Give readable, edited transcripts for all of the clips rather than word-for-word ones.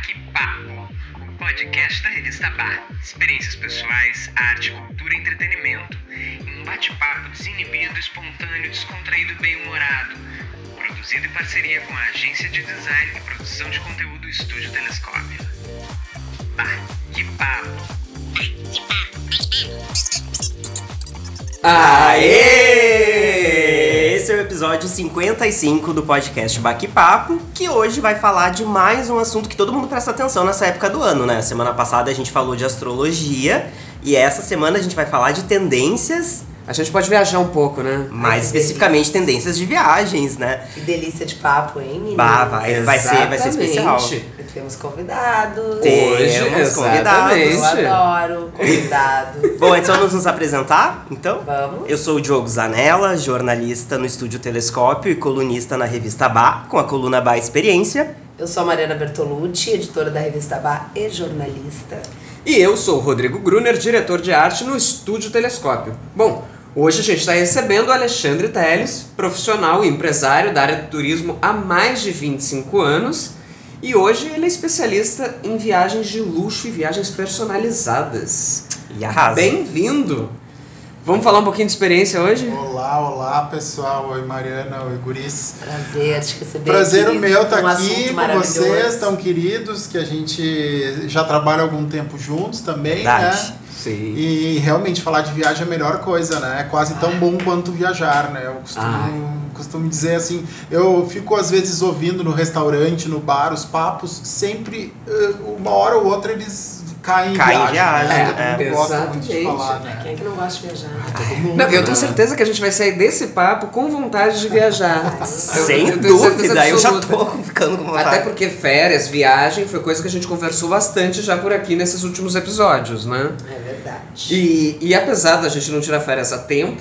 Bate-Papo, o podcast da revista Bá. Experiências pessoais, arte, cultura e entretenimento. Em um bate-papo desinibido, espontâneo, descontraído e bem-humorado. Produzido em parceria com a agência de design e produção de conteúdo Estúdio Telescópio. Bate-Papo. Aê! Esse é o episódio 55 do podcast Bate-Papo, que hoje vai falar de mais um assunto que todo mundo presta atenção nessa época do ano, né? Semana passada a gente falou de astrologia e essa semana a gente vai falar de tendências. A gente pode viajar um pouco, né? Mais especificamente tendências de viagens, né? Que delícia de papo, hein, meninas? Vai ser especial. Temos convidados. Temos convidados. Eu adoro convidados. Bom, então vamos nos apresentar, então? Vamos. Eu sou o Diogo Zanella, jornalista no Estúdio Telescópio e colunista na revista Bá, com a coluna Bá Experiência. Eu sou a Mariana Bertolucci, editora da revista Bá e jornalista. E eu sou o Rodrigo Gruner, diretor de arte no Estúdio Telescópio. Bom, hoje a gente está recebendo o Alexandre Teles, profissional e empresário da área de turismo há mais de 25 anos. E hoje ele é especialista em viagens de luxo e viagens personalizadas. E arrasa. Bem-vindo! Vamos falar um pouquinho de experiência hoje? Olá pessoal, oi Mariana, oi Guris. Prazer te receber. Prazer o meu tá aqui com vocês, tão queridos, que a gente já trabalha há algum tempo juntos também, Verdade. né? Sim. E realmente falar de viagem é a melhor coisa, né? É quase tão bom quanto viajar, né? Eu costumo dizer assim, eu fico às vezes ouvindo no restaurante, no bar, os papos, sempre, uma hora ou outra eles caem em viagem. né? Eu gosto muito de falar, né? Quem é que não gosta de viajar? Todo mundo, Não, eu né? tenho certeza que a gente vai sair desse papo com vontade de viajar. Sem Eu tenho certeza dúvida, eu já absoluta. tô ficando com vontade. Até porque férias, viagem, foi coisa que a gente conversou bastante já por aqui nesses últimos episódios, né? É verdade. E apesar da gente não tirar férias a tempo,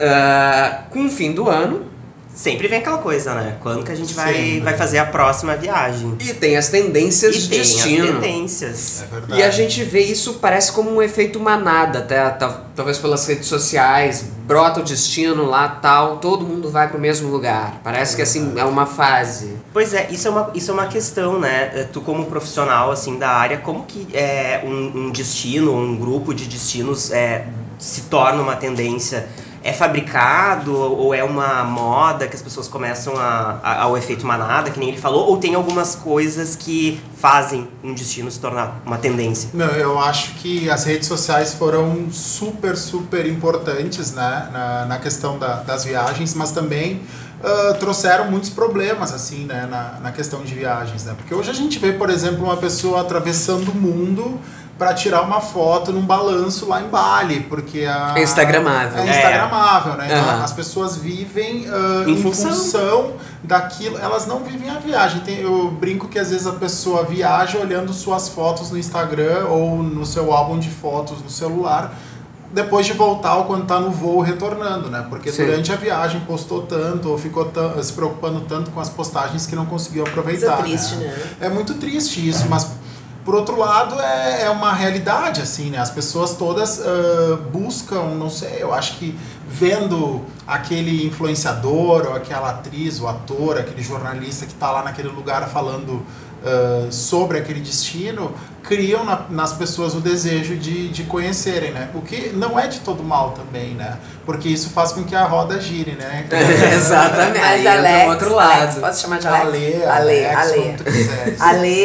com o fim do ano, Sempre vem aquela coisa, né? Quando que a gente vai Sempre. fazer a próxima viagem? e tem as tendências E de tem destino. as tendências. É verdade. E a gente vê isso, parece como um efeito manada, até talvez pelas redes sociais, brota o destino lá, tal, todo mundo vai pro mesmo lugar. Parece que assim, é uma fase. Pois é, isso é uma questão, né? Tu como profissional, assim, da área, como que um destino, um grupo de destinos se torna uma tendência? É fabricado ou é uma moda que as pessoas começam ao efeito manada, que nem ele falou? Ou tem algumas coisas que fazem um destino se tornar uma tendência? Não, eu acho que as redes sociais foram super importantes, né, na questão das viagens, mas também trouxeram muitos problemas, assim, né, na questão de viagens, né? Porque hoje a gente vê, por exemplo, uma pessoa atravessando o mundo para tirar uma foto num balanço lá em Bali, porque É instagramável. É instagramável, né? Então, Uhum. as pessoas vivem Em em função. função daquilo, elas não vivem a viagem. Eu brinco que às vezes a pessoa viaja olhando suas fotos no Instagram ou no seu álbum de fotos no celular, depois de voltar ou quando tá no voo retornando, né? Porque Sim. durante a viagem postou tanto ou ficou se preocupando tanto com as postagens que não conseguiu aproveitar. Coisa triste, né? É muito triste isso, mas por outro lado é uma realidade, assim, né? As pessoas todas buscam, não sei, eu acho que vendo aquele influenciador ou aquela atriz, o ator, aquele jornalista que tá lá naquele lugar falando sobre aquele destino, criam nas pessoas o desejo de conhecerem, né? O que não é de todo mal também, né? Porque isso faz com que a roda gire, né? Exatamente. Mas Aí entra Alex, o outro lado. Alex, posso chamar de Alex? Alex, como tu quiseres.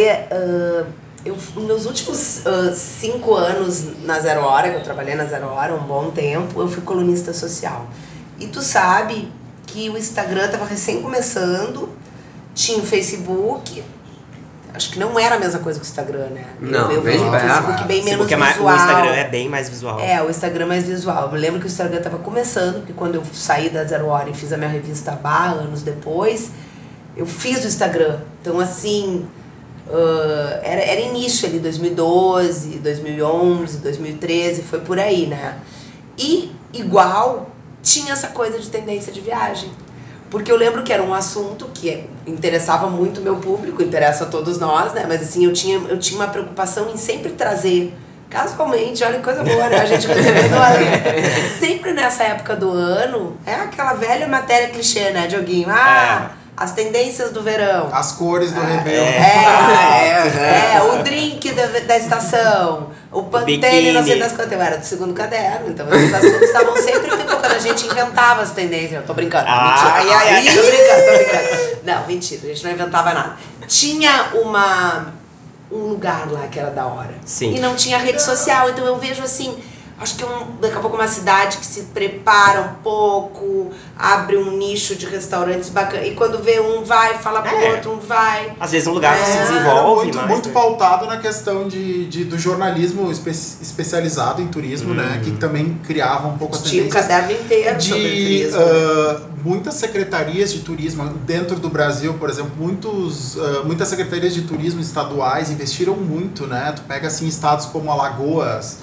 Nos últimos 5 anos na Zero Hora, que eu trabalhei na Zero Hora um bom tempo, eu fui colunista social. E tu sabe que o Instagram estava recém começando, tinha o Facebook, acho que não era a mesma coisa que o Instagram, né? Não, eu bem vejo o bem. Facebook bem menos Porque visual. o Instagram é bem mais visual. O Instagram mais visual. Eu me lembro que o Instagram estava começando, porque quando eu saí da Zero Hora e fiz a minha revista Bá, anos depois, eu fiz o Instagram. Então, assim, era início ali, 2012, 2011, 2013, foi por aí, né? E, igual, tinha essa coisa de tendência de viagem. Porque eu lembro que era um assunto que interessava muito o meu público, interessa a todos nós, né? Mas assim, eu tinha uma preocupação em sempre trazer, casualmente, olha que coisa boa, né? A gente recebendo sempre nessa época do ano, é aquela velha matéria clichê, né, Dioguinho? as tendências do verão. As cores do Réveillon. O drink da estação, o Pantene, não sei das quantas. Eu era do segundo caderno, então esses assuntos estavam sempre pipocando. A gente inventava as tendências. Eu tô brincando, mentira. Tô brincando. Não, mentira, a gente não inventava nada. Tinha um lugar lá que era da hora. Sim. E não tinha rede social, então eu vejo assim... Acho que daqui a pouco uma cidade que se prepara um pouco, abre um nicho de restaurantes bacana. E quando vê um vai, fala pro outro, um vai. Às vezes um lugar que se Era desenvolve muito pautado na questão do jornalismo especializado em turismo, né? Que também criava um pouco as Tinha um tendências caderno inteiro sobre turismo. Muitas secretarias de turismo dentro do Brasil, por exemplo, muitas secretarias de turismo estaduais investiram muito, né? Tu pega assim estados como Alagoas,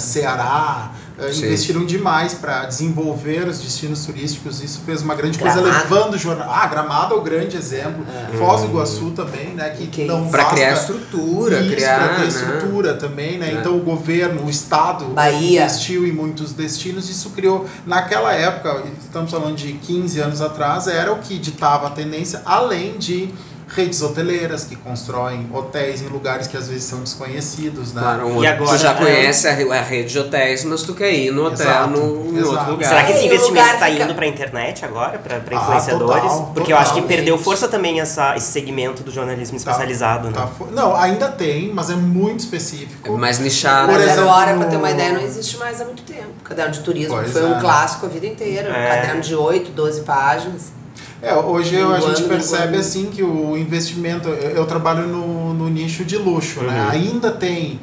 Ceará, investiram demais para desenvolver os destinos turísticos. Isso fez uma grande coisa, levando o jornal. Gramado é o grande exemplo. Foz do Iguaçu também, né? Que não para basta criar estrutura, para ter estrutura também, né? Então o governo, o estado Bahia investiu em muitos destinos. Isso criou, naquela época, estamos falando de 15 anos atrás, era o que ditava a tendência, além de redes hoteleiras que constroem hotéis em lugares que às vezes são desconhecidos, né? Claro, E agora, tu já conhece a rede de hotéis, mas tu quer ir no hotel Exato, em exato. outro lugar. Será que esse E o investimento lugar está fica- indo para a internet agora, para influenciadores? Total, Porque eu acho que totalmente. perdeu força também esse segmento do jornalismo especializado, né? Não, ainda tem, mas é muito específico. É mais nichado. Por Mas exemplo, Zero Hora, pra ter uma ideia, não existe mais há muito tempo. Caderno de turismo Pois foi um é. clássico a vida inteira. Um caderno de 8, 12 páginas. Hoje a gente ano, percebe ano. assim que o investimento, eu trabalho no nicho de luxo, né? Ainda tem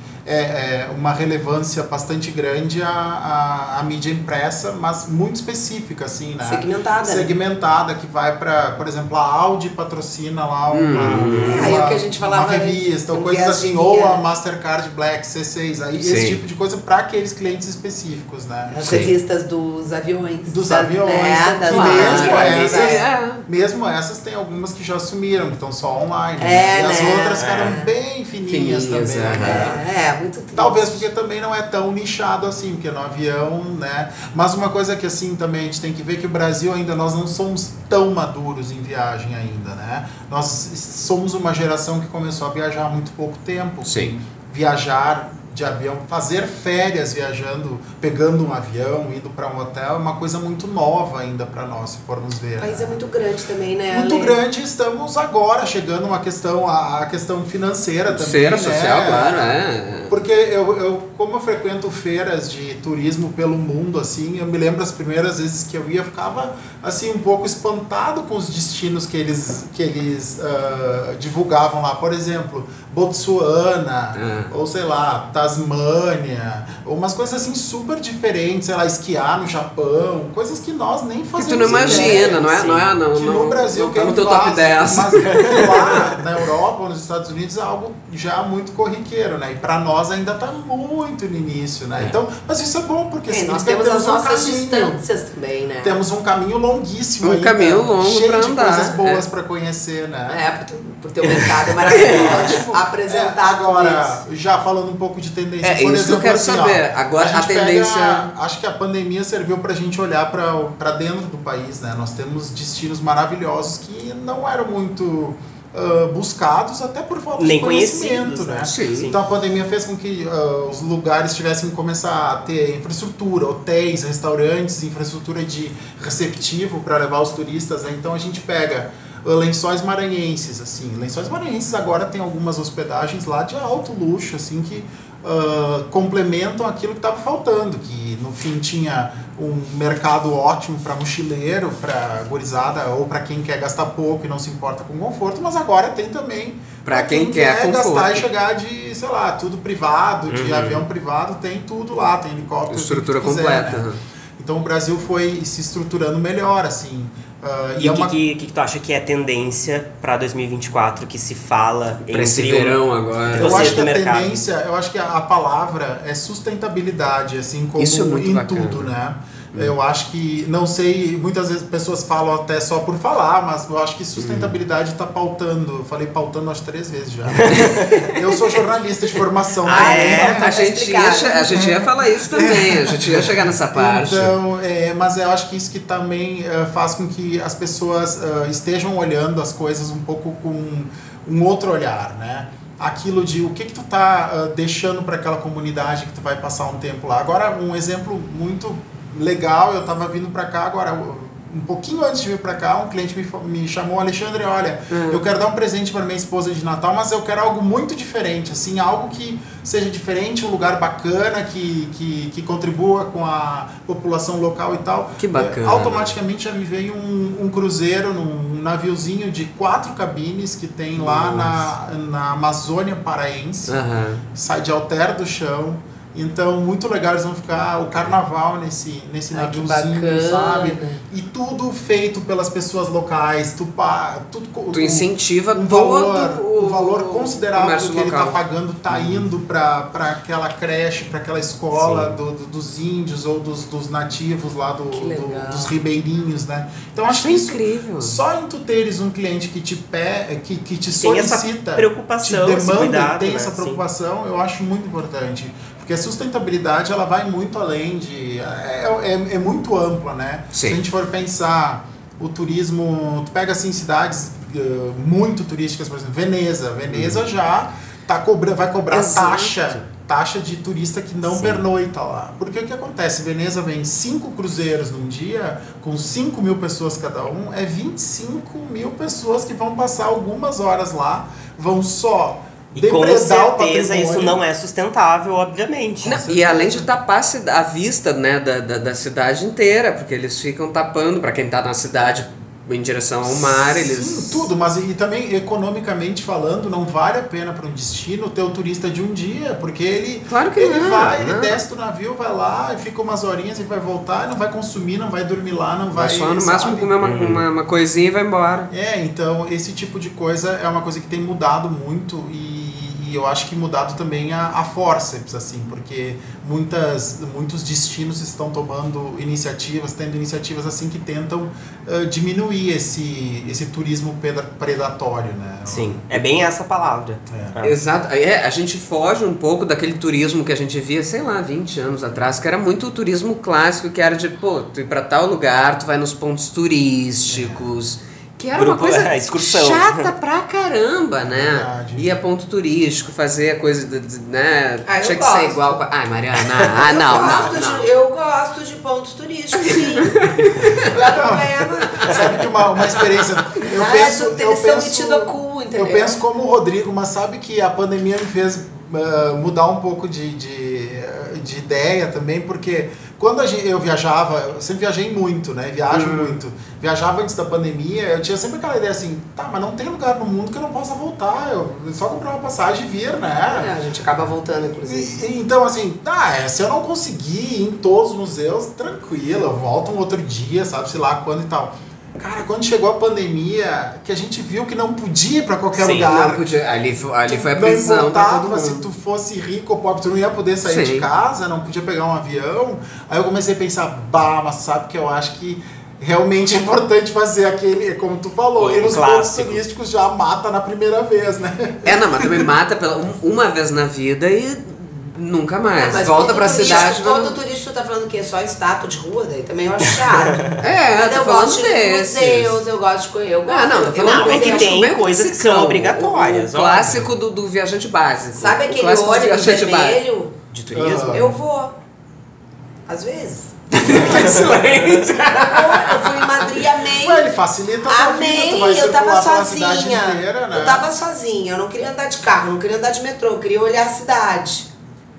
uma relevância bastante grande a mídia impressa, mas muito específica, assim, né? Segmentada, né? Segmentada, que vai para, por exemplo, a Audi patrocina lá Aí é o que a gente falava uma revista, ou antes, coisas um assim, viés de ou linha. a Mastercard Black C6, aí Sim. esse tipo de coisa para aqueles clientes específicos, né? As Sim. revistas dos aviões. Dos aviões, das que marcas. mesmo essas tem algumas que já sumiram, que estão só online. É, E as né? outras ficaram bem fininhas também. Né? Muito triste. Talvez porque também não é tão nichado assim, porque no avião, né? Mas uma coisa que assim também a gente tem que ver que o Brasil ainda, nós não somos tão maduros em viagem ainda, né? Nós somos uma geração que começou a viajar há muito pouco tempo. Sim. Viajar de avião, fazer férias viajando, pegando um avião, indo para um hotel, é uma coisa muito nova ainda para nós, se formos ver. O país né? é muito grande também, né? Muito Ale? grande, estamos agora chegando a questão financeira também. Feira né? social, claro, é. Porque como eu frequento feiras de turismo pelo mundo, assim, eu me lembro as primeiras vezes que eu ia, eu ficava assim, um pouco espantado com os destinos que eles divulgavam lá. Por exemplo, Botsuana, ou sei lá, Tasmânia, ou umas coisas assim super diferentes, sei lá, esquiar no Japão, coisas que nós nem Que fazemos tu não imagina, ideia, não é? assim. Não, Que no Brasil não tá quem no teu faz, top 10. mas lá na Europa ou nos Estados Unidos é algo já muito corriqueiro, né? E pra nós ainda tá muito no início, né? Então, mas isso é bom, porque Nós significa temos que as nossas caminho, distâncias também, né? temos um caminho longuíssimo Um ainda, caminho longo cheio pra de andar, coisas boas pra conhecer, né? Por ter um mercado maravilhoso. Apresentar tudo agora, isso. já falando um pouco de tendência, É, por isso que eu exemplo, quero assim, saber. ó, Agora, a gente tendência- acho que a pandemia serviu pra gente olhar pra dentro do país, né? Nós temos destinos maravilhosos que não eram muito buscados, até por falta Nem de conhecimento, conhecidos, né? né? Sim. Então a pandemia fez com que os lugares tivessem que começar a ter infraestrutura, hotéis, restaurantes, infraestrutura de receptivo para levar os turistas, né? Então a gente pega Lençóis Maranhenses, assim. Lençóis Maranhenses agora tem algumas hospedagens lá de alto luxo, assim, que complementam aquilo que estava faltando, que no fim tinha um mercado ótimo para mochileiro, para gurizada ou para quem quer gastar pouco e não se importa com conforto, mas agora tem também Pra quem quer gastar conforto. e chegar de, sei lá, tudo privado, de avião privado, tem tudo lá, tem helicóptero, Estrutura tem o que tu quiser, completa. né? Então o Brasil foi se estruturando melhor, assim. E o que tu acha que é tendência para 2024 que se fala Pra esse entre verão agora. Eu vocês acho que do a mercado? tendência, eu acho que a palavra é sustentabilidade, assim como Isso é muito em bacana. tudo, né? Eu acho que, não sei, muitas vezes pessoas falam até só por falar, mas eu acho que sustentabilidade está pautando. Eu falei pautando acho 3 vezes já. Eu sou jornalista de formação. A gente ia falar isso também, a gente ia chegar nessa parte. Então, mas eu acho que isso que também faz com que as pessoas estejam olhando as coisas um pouco com um outro olhar, né? Aquilo de o que tu tá deixando para aquela comunidade que tu vai passar um tempo lá. Agora, um exemplo muito legal, eu tava vindo para cá agora, um pouquinho antes de vir para cá, um cliente me chamou, Alexandre, olha, eu quero dar um presente para minha esposa de Natal, mas eu quero algo muito diferente, assim, algo que seja diferente, um lugar bacana, que contribua com a população local e tal. Que bacana. Automaticamente já me veio um cruzeiro, num naviozinho de 4 cabines que tem lá na Amazônia Paraense, sai de Alter do Chão. Então, muito legal, eles vão ficar o carnaval nesse naviozinho, sabe? E tudo feito pelas pessoas locais. Tu incentiva o valor considerável que local. ele está pagando está indo para aquela creche, para aquela escola dos índios ou dos nativos lá dos ribeirinhos, né? Então, acho que isso incrível. Só em tu teres um cliente que te tem solicita, essa preocupação, te demanda, cuidado, tem né? essa preocupação, eu acho muito importante. Porque a sustentabilidade, ela vai muito além de... É muito ampla, né? Sim. Se a gente for pensar o turismo... Tu pega, assim, cidades muito turísticas, por exemplo, Veneza. Veneza já vai cobrar taxa de turista que não pernoita lá. Porque o que acontece? Veneza vem 5 cruzeiros num dia, com 5 mil pessoas cada um, 25 mil pessoas que vão passar algumas horas lá, vão só... E com certeza isso não é sustentável, obviamente. Não, e além de tapar a vista, né, da cidade inteira, porque eles ficam tapando, para quem tá na cidade em direção ao mar, eles... Sim, tudo, mas e também economicamente falando, não vale a pena para um destino ter o turista de um dia, porque ele, claro que ele não, vai, não. Ele desce do navio, vai lá, e fica umas horinhas e vai voltar, não vai consumir, não vai dormir lá, não vai... Só no máximo comer uma coisinha e vai embora. Então esse tipo de coisa é uma coisa que tem mudado muito e eu acho que mudado também a forceps, assim, porque muitos destinos estão tomando tendo iniciativas assim que tentam diminuir esse turismo predatório, né? Sim, é bem essa palavra. Exato. A gente foge um pouco daquele turismo que a gente via, sei lá, 20 anos atrás, que era muito o turismo clássico, que era de, tu ir pra tal lugar, tu vai nos pontos turísticos... Que era uma coisa excursão. Chata pra caramba, né? Verdade. Ir a ponto turístico, fazer a coisa, né? Tinha que ser igual... Ai, Mariana, não. Eu gosto de pontos turísticos, sim. Não há problema. Sabe que uma experiência... Eles estão metidos a cu, entendeu? Eu penso como o Rodrigo, mas sabe que a pandemia me fez mudar um pouco de ideia também, porque... Quando eu viajava, eu sempre viajei muito, né? Viajo muito. Viajava antes da pandemia, eu tinha sempre aquela ideia assim, mas não tem lugar no mundo que eu não possa voltar. Eu só comprar uma passagem e vir, né? A gente acaba voltando, inclusive. Então, assim, se eu não conseguir ir em todos os museus, tranquilo, eu volto um outro dia, sabe, sei lá quando e tal. Cara, quando chegou a pandemia, que a gente viu que não podia ir pra qualquer lugar. Não podia. Ali foi a prisão pra todo mundo. Se tu fosse rico ou pobre, tu não ia poder sair de casa, não podia pegar um avião. Aí eu comecei a pensar, mas sabe que eu acho que realmente é importante fazer aquele, como tu falou, e nos pontos turísticos já mata na primeira vez, né? Mas também mata uma vez na vida e... Nunca mais. Mas volta pra cidade. Todo turista tá falando que é só estátua de rua, daí também eu acho chato. Mas eu gosto de museus, eu gosto de conhecer. Tô falando é que tem coisas que são obrigatórias. O clássico do viajante básico. Sabe aquele ônibus vermelho? De turismo? Eu vou. Às vezes. Excelente. Eu fui em Madrid, amei. Ele facilita a tua vida, tu vai circular pela cidade inteira, né? Eu tava sozinha, eu não queria andar de carro, não queria andar de metrô, eu queria olhar a cidade.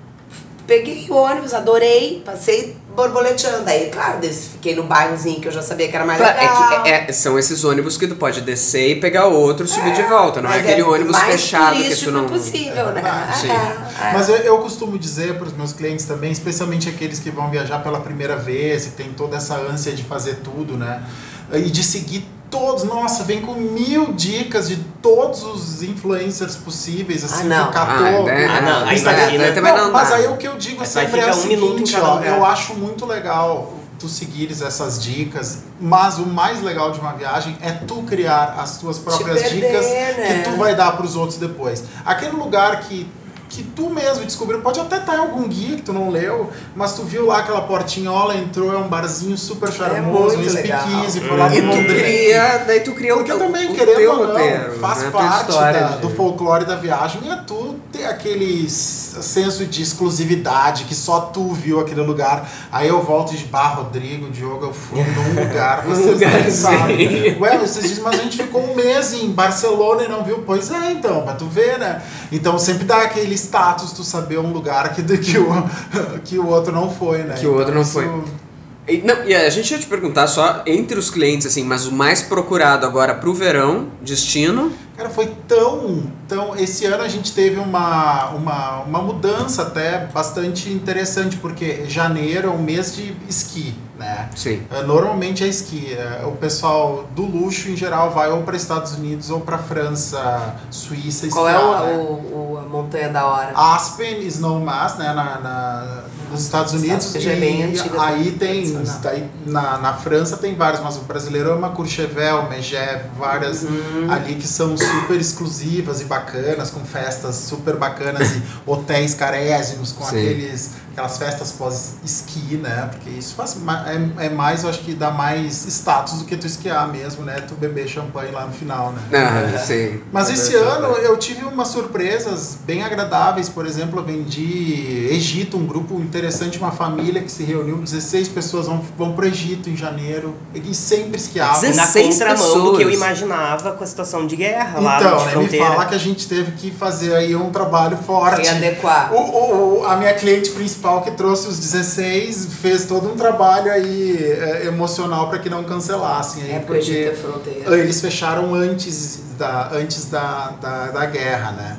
Peguei o ônibus, adorei, passei borboleteando. Aí, claro, fiquei no bairrozinho que eu já sabia que era mais legal. São esses ônibus que tu pode descer e pegar outro e subir de volta. Não é aquele ônibus fechado que tu não... possível, né? Mas eu costumo dizer para os meus clientes também, especialmente aqueles que vão viajar pela primeira vez e tem toda essa ânsia de fazer tudo, né? E de seguir todos, nossa, vem com 1000 dicas de todos os influencers possíveis, assim, que catou. Mas aí o que eu digo sempre é o seguinte, eu acho muito legal tu seguires essas dicas, mas o mais legal de uma viagem é tu criar as tuas próprias dicas que tu vai dar pros outros depois. Aquele lugar que tu mesmo descobriu, pode até estar em algum guia que tu não leu, mas tu viu lá aquela portinhola, entrou, é um barzinho super charmoso, um speakeasy, foi lá E no daí tu cria porque também, o querendo teu ou não, roteiro, faz né? parte História do folclore da viagem, é tu ter aquele senso de exclusividade, que só tu viu aquele lugar. Aí eu volto de Rodrigo, Diogo, eu fui num lugar, vocês não sabem. Ué, vocês dizem, mas a gente ficou um mês em Barcelona e não viu. Pois é, então, pra tu ver, né? Então sempre dá aquele status, tu saber um lugar que o outro não foi, né? Que o outro não foi. E a gente ia te perguntar só entre os clientes, assim, mas o mais procurado agora pro verão, destino... Cara, foi tão... Esse ano a gente teve uma mudança até bastante interessante, porque janeiro é um mês de esqui, né? Sim. Normalmente é esqui. O pessoal do luxo, em geral, vai ou para Estados Unidos ou para França, Suíça, esquiar. Qual é né? a montanha da hora? Aspen, Snowmass, né? Nos Estados Unidos. Já é bem antiga, aí tem... Daí, na França tem vários, mas o brasileiro ama Courchevel, Megève, várias ali que são super exclusivas e bacanas, com festas super bacanas e hotéis carésimos, com aquelas festas pós-esqui, né? Porque isso é mais, eu acho que dá mais status do que tu esquiar mesmo, né? Tu beber champanhe lá no final, né? Sim. Mas esse ano eu tive umas surpresas bem agradáveis. Por exemplo, eu vendi Egito, um grupo interessante, uma família que se reuniu, 16 pessoas vão pro Egito em janeiro, e sempre esquiavam. Na 16 contramão do que eu pessoas. imaginava com a situação de guerra lá Então, de né, me fronteira. fala que a gente teve que fazer aí um trabalho forte. E adequar. A minha cliente principal que trouxe os 16 fez todo um trabalho aí emocional para que não cancelassem. Aí, Pro Egito é fronteira. eles fecharam antes da guerra, né?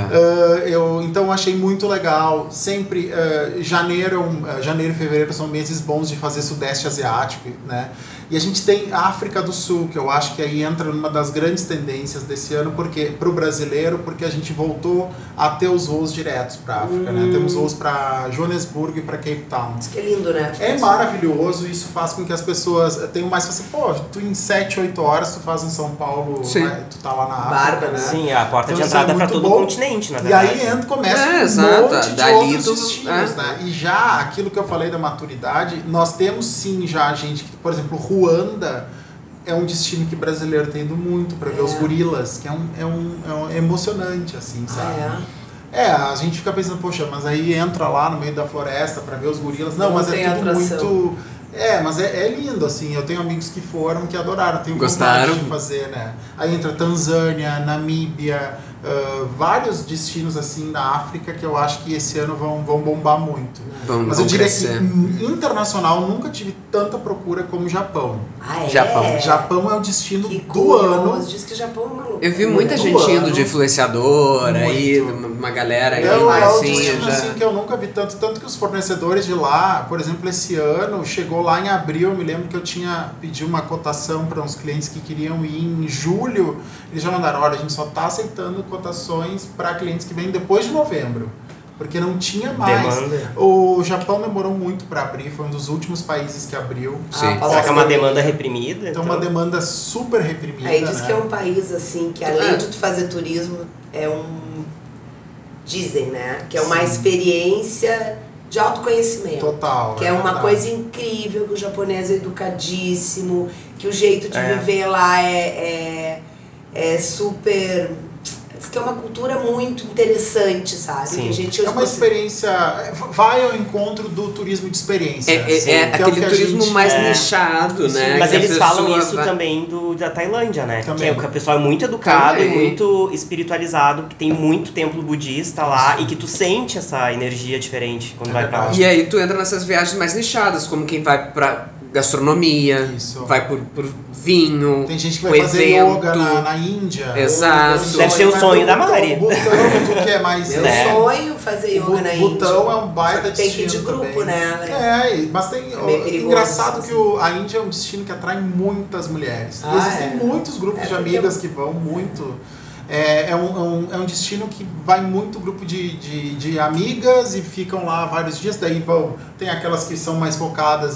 Eu então achei muito legal. Sempre janeiro e fevereiro são meses bons de fazer sudeste asiático, né? E a gente tem a África do Sul, que eu acho que aí entra numa das grandes tendências desse ano, pro brasileiro, porque a gente voltou a ter os voos diretos para a África, né? Temos voos para Joanesburgo e para Cape Town. Isso que é lindo, né? É maravilhoso, isso faz com que as pessoas tenham mais fácil. Pô, tu em 7, 8 horas tu faz em São Paulo, tu tá lá na África, Bárbaro, né? Sim, a porta Então, de isso é entrada para muito todo bom. o continente, na E verdade. aí começa um exato. monte de Dali outros destinos, né? E já aquilo que eu falei da maturidade, nós temos sim já gente que, por exemplo, Ruanda é um destino que brasileiro tem ido muito para ver os gorilas, que é emocionante, assim, sabe? A gente fica pensando, poxa, mas aí entra lá no meio da floresta para ver os gorilas. Não, mas é tudo muito... mas é lindo, assim. Eu tenho amigos que foram, que adoraram. Tenho vontade de fazer, né? Aí entra Tanzânia, Namíbia, vários destinos, assim, na África que eu acho que esse ano vão bombar muito. Mas eu diria que internacional nunca tive tanta procura como o Japão. Japão é o destino do ano. Diz que o Japão é maluco. Eu vi muita gente indo de influenciador aí, uma galera aí. É o assim, destino assim, que eu nunca vi tanto que os fornecedores de lá, por exemplo, esse ano, chegou lá em abril, eu me lembro que eu tinha pedido uma cotação para uns clientes que queriam ir em julho, eles já mandaram, olha, a gente só está aceitando cotações para clientes que vêm depois de novembro. Porque não tinha mais. Demanda. O Japão demorou muito para abrir, foi um dos últimos países que abriu. Sim. Será que é uma demanda reprimida? Então, uma demanda super reprimida. Aí diz né? que é um país, assim, que além de tu fazer turismo, dizem, né? Que é uma experiência de autoconhecimento. Total. Que é uma coisa incrível, que o japonês é educadíssimo, que o jeito de viver lá é super... que é uma cultura muito interessante, sabe? Sim. Que a gente é uma experiência... Vai ao encontro do turismo de experiência. Aquele turismo mais nichado, né? Mas eles falam isso vai... também da Tailândia, né? Também. Que o pessoal é muito educado e muito espiritualizado, que tem muito templo budista lá e que tu sente essa energia diferente quando vai pra lá. E aí tu entra nessas viagens mais nichadas, como quem vai pra gastronomia, vai por vinho. Tem gente que vai fazer yoga na Índia. Exato. Deve ser o sonho da Mari. Butão, tu que é mais... Meu sonho fazer yoga na Índia. Butão é um baita tem que ir destino de grupo, também. né? Mas tem... perigoso, engraçado assim. que a Índia é um destino que atrai muitas mulheres. E existem muitos grupos de amigas que vão muito... É um destino que vai muito grupo de amigas e ficam lá vários dias. Daí tem aquelas que são mais focadas em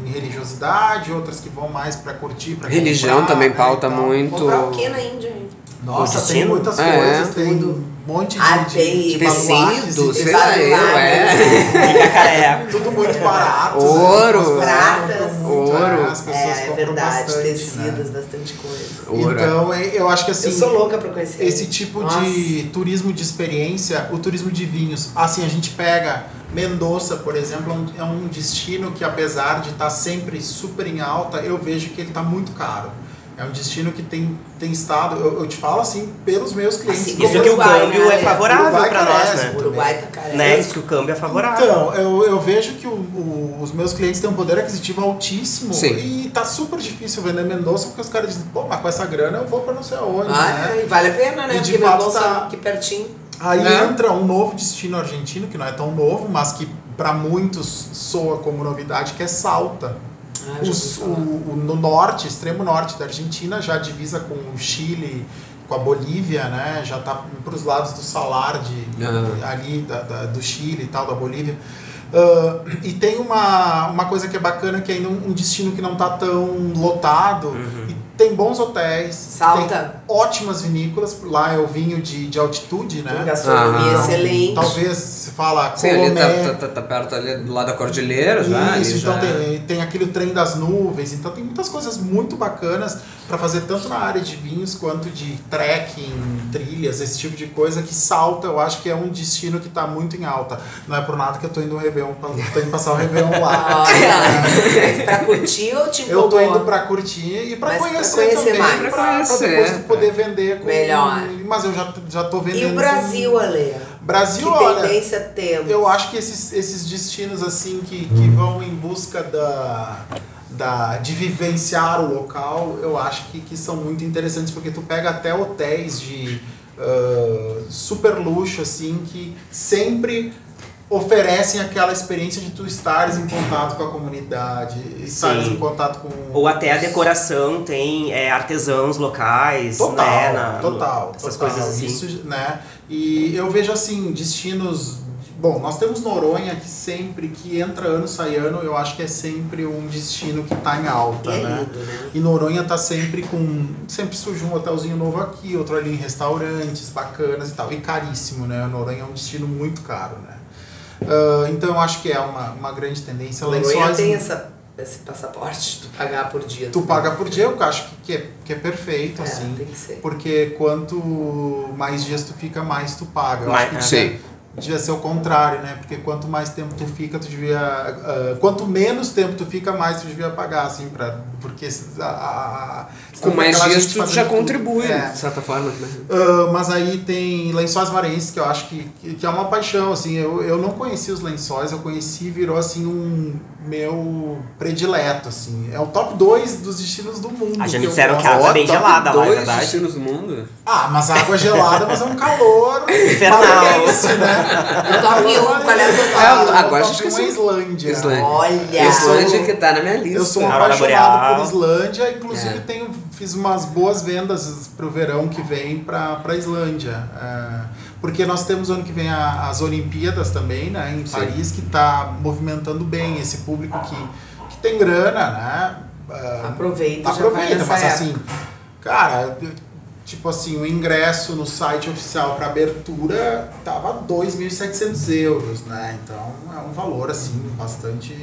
religiosidade, outras que vão mais pra curtir, pra Religião comprar, também né, pauta e tal. muito. Comprar o que na Índia, hein? Nossa, O tem destino? muitas É, coisas, tem tudo. um monte Tem de tecidos, sei baluartes, lá, De cacareco. tudo muito barato. Ouro. Né? Pratas. Ouro. As pessoas É compram verdade, bastante, tecidos, né? bastante coisa. Ouro. Então, eu acho que assim... Eu sou louca pra conhecer. Esse tipo de turismo de experiência, o turismo de vinhos, assim, a gente pega Mendoza, por exemplo, é um destino que, apesar de estar sempre super em alta, eu vejo que ele está muito caro. É um destino que tem estado, eu te falo assim, pelos meus clientes. Assim, Isso como que o Uruguai, câmbio né? é favorável Uruguai pra nós, carece. né? O Uruguai tá carente. Né? Isso que o câmbio é favorável. Então, eu vejo que os meus clientes têm um poder aquisitivo altíssimo. Sim. E tá super difícil vender Mendoza, porque os caras dizem, pô, mas com essa grana eu vou pra não sei aonde, né? E vale a pena, né? E de Porque fato Mendoza tá- aqui pertinho. Aí É. entra um novo destino argentino, que não é tão novo, mas que para muitos soa como novidade, que é Salta. No norte, extremo norte da Argentina, já divisa com o Chile, com a Bolívia, né? Já tá para os lados do Salar, ali do Chile e tal, da Bolívia. E tem uma coisa que é bacana, que é ainda um destino que não tá tão lotado. E tem bons hotéis, Salta. tem ótimas vinícolas. Lá é o vinho de altitude, Tem né? gastronomia excelente. Talvez se fala Sim, ali Colomé. tá perto ali do lado da cordilheira já. Isso, ali então já. tem aquele trem das nuvens, então tem muitas coisas muito bacanas para fazer tanto na área de vinhos quanto de trekking, trilhas, esse tipo de coisa, que Salta eu acho que é um destino que tá muito em alta. Não é por nada que eu tô indo no Réveillon, tô indo passar o Réveillon lá. Olha, pra curtir ou te Eu tô empolgou? indo pra curtir e pra Mas pra conhecer, conhecer também, mais. pra Conhecer, depois tu poder vender com... Melhor. Mas eu já tô vendendo. E o Brasil, Ale? Brasil, Que olha, tendência temos? eu acho que esses destinos assim que vão em busca de vivenciar o local, eu acho que são muito interessantes, porque tu pega até hotéis de super luxo, assim, que sempre oferecem aquela experiência de tu estares em contato com a comunidade, estares Sim. em contato com... Ou até a decoração tem artesãos locais, né? Total. Essas coisas assim. Isso, né? E eu vejo assim, destinos... Bom, nós temos Noronha que entra ano, sai ano, eu acho que é sempre um destino que tá em alta, É né? lindo, né? E Noronha tá sempre surge um hotelzinho novo aqui, outro ali em restaurantes bacanas e tal. E caríssimo, né? Noronha é um destino muito caro, né? Então eu acho que é uma grande tendência. Noronha tem esse passaporte, tu pagar por dia. Tu paga por dia, eu acho que é perfeito, assim. Tem que ser. Porque quanto mais dias tu fica, mais tu paga. Eu acho que Sim. devia ser o contrário, né? Porque quanto mais tempo tu fica, tu devia... quanto menos tempo tu fica, mais tu devia pagar, assim, porque... Com mais aquela dias gente tu fazendo já tudo. contribui, É. de certa forma. Né? Mas aí tem Lençóis Maranhenses, que eu acho que é uma paixão, assim. Eu não conheci os Lençóis, eu conheci e virou, assim, um meu predileto, assim. É o top 2 dos destinos do mundo. Já me eu disseram que gosto. a água é bem Top gelada lá, é 2 verdade? destinos do mundo. Ah, mas a água é gelada, mas é um calor Infernal. maranhense, né? Top 1, qual é o teu top? Agora a gente top 1 é esqueceu. Islândia. Islândia. Olha! Islândia que tá na minha lista. Eu sou um Aurora apaixonado Boreal. por Islândia, inclusive É. fiz umas boas vendas pro verão que vem pra Islândia. Porque nós temos ano que vem as Olimpíadas também, né, em Sim. Paris, que tá movimentando bem esse público que tem grana, né? Aproveita já vai Aproveita, nessa mas época. assim, cara, tipo assim, o ingresso no site oficial para abertura tava 2.700 euros, né? Então é um valor assim bastante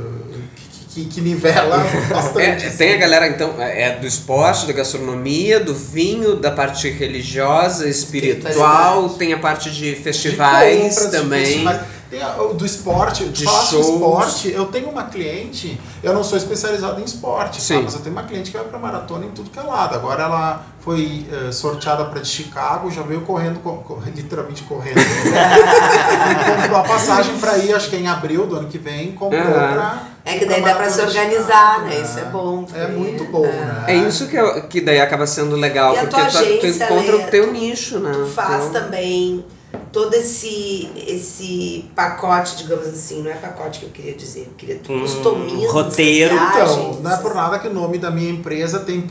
que nivela bastante. Tem a galera, então, do esporte, da gastronomia, do vinho, da parte religiosa, espiritual, Espiritualidade. tem a parte de De festivais compras, de também. festivais. Tem do esporte, De tu falaste shows. do esporte, eu tenho uma cliente, eu não sou especializado em esporte, Sim. tá? Mas eu tenho uma cliente que vai pra maratona em tudo que é lado. Agora ela foi sorteada para de Chicago, já veio correndo, literalmente correndo. E comprou a passagem para ir, acho que é em abril do ano que vem, comprou pra... É que daí dá pra se maratona de organizar, Chicago, né? Isso é bom. É muito bom, né? É isso que daí acaba sendo legal, E a porque tua tu agência, encontra Lê, o teu nicho, né? Tu faz Então, também todo esse pacote, digamos assim, não é pacote que eu queria dizer, eu queria tu customiza roteiro. essas Então, viagens, não é por nada que o nome da minha empresa tem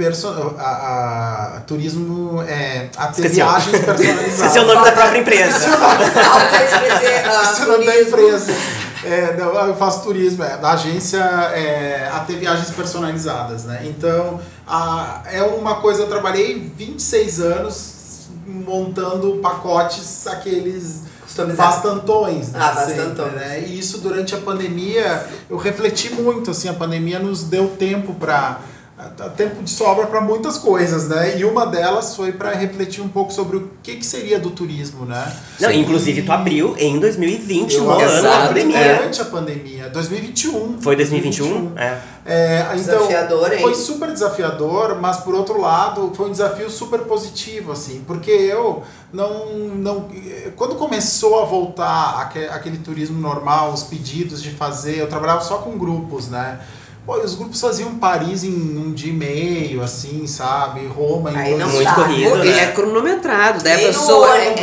turismo, até Especial. viagens personalizadas. Esse é o nome da própria empresa. Esse é o nome da empresa. Não, eu faço turismo, a agência a ter viagens personalizadas, né? Então, é uma coisa, eu trabalhei 26 anos montando pacotes, aqueles bastantões, né? Bastantões. Né? E isso durante a pandemia, eu refleti muito, assim, a pandemia nos deu tempo tempo de sobra para muitas coisas, né? E uma delas foi para refletir um pouco sobre o que seria do turismo, né? Não, inclusive tu abriu em 2020, no ano exato, da pandemia. Durante a pandemia, 2021. Foi 2021? Então, Desafiador, hein? foi super desafiador, mas por outro lado, foi um desafio super positivo, assim, porque eu não quando começou a voltar aquele turismo normal, os pedidos de fazer, eu trabalhava só com grupos, né? Pô, os grupos faziam Paris em um dia e meio, assim, sabe? Roma em Aí não 2 Muito dá. corrido, E né? é cronometrado, daí a Nem no pessoa... ônibus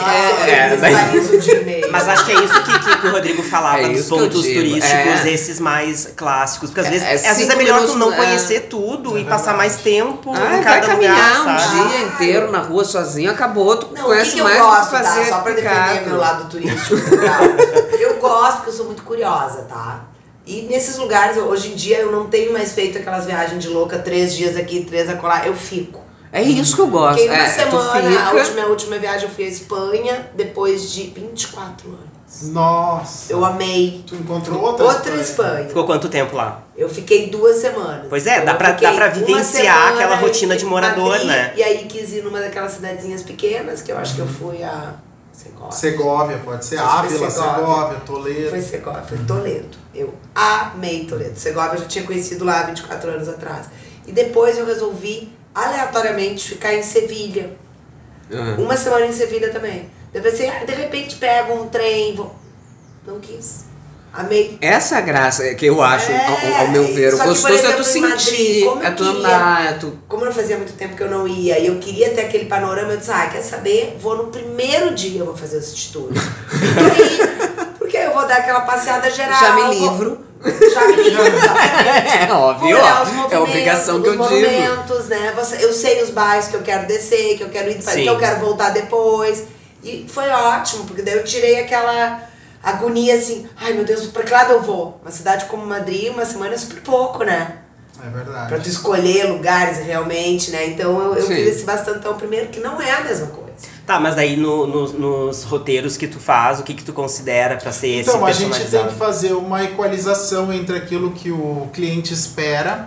dá. Mas acho que é isso que o Rodrigo falava, É dos isso que eu pontos digo, turísticos, esses mais clássicos. Porque às vezes é 5 melhor tu minutos, não conhecer tudo e passar mais tempo em vai cada caminhar lugar, sabe? um dia inteiro na rua sozinho, acabou, tu Não, conhece o que mais eu do que gosto, fazer tá? Só pra defender picado. meu lado turístico. Tá? Eu gosto porque eu sou muito curiosa, tá? E nesses lugares, hoje em dia, eu não tenho mais feito aquelas viagens de louca, 3 dias aqui, 3 acolá, eu fico. É isso que eu gosto. Fiquei uma tu semana, fica... a última viagem eu fui à Espanha, depois de 24 anos. Nossa! Eu amei. Tu encontrou outra Espanha. Ficou quanto tempo lá? Eu fiquei 2 semanas. Pois é, Então, dá eu pra fiquei uma vivenciar semana aquela rotina de em morador, Madrid, né? E aí quis ir numa daquelas cidadezinhas pequenas, que eu acho que eu fui a Segóvia, pode ser Ávila, Segóvia, Toledo. Foi Segóvia, foi Toledo. Eu amei Toledo. Segóvia eu já tinha conhecido lá 24 anos atrás. E depois eu resolvi, aleatoriamente, ficar em Sevilha. Uma semana em Sevilha também. Depois pensei, de repente pego um trem, vou... Não quis. Amei. Essa é a graça que eu acho, ao meu ver. O Só que, por gostoso é tu exemplo, em Madrid, sentir, como eu é tu queria- andar, é tu... Como não fazia muito tempo que eu não ia e eu queria ter aquele panorama, eu disse, quer saber? Vou no primeiro dia, eu vou fazer os atitudes. Porque eu vou dar aquela passeada geral. Já me livro. Já me livro, exatamente. É óbvio, Vou olhar os é a movimentos, obrigação que eu os digo. monumentos, né? Eu sei os bairros que eu quero descer, que eu quero ir, que eu quero voltar depois. E foi ótimo, porque daí eu tirei aquela agonia assim, ai meu Deus, pra que lado eu vou? Uma cidade como Madrid, uma semana é super pouco, né? É verdade. Pra tu escolher lugares realmente, né? Então eu Sim. fiz esse bastantão primeiro, que não é a mesma coisa. Tá, mas aí nos roteiros que tu faz, o que tu considera pra ser esse Então, a gente personalizado? tem que fazer uma equalização entre aquilo que o cliente espera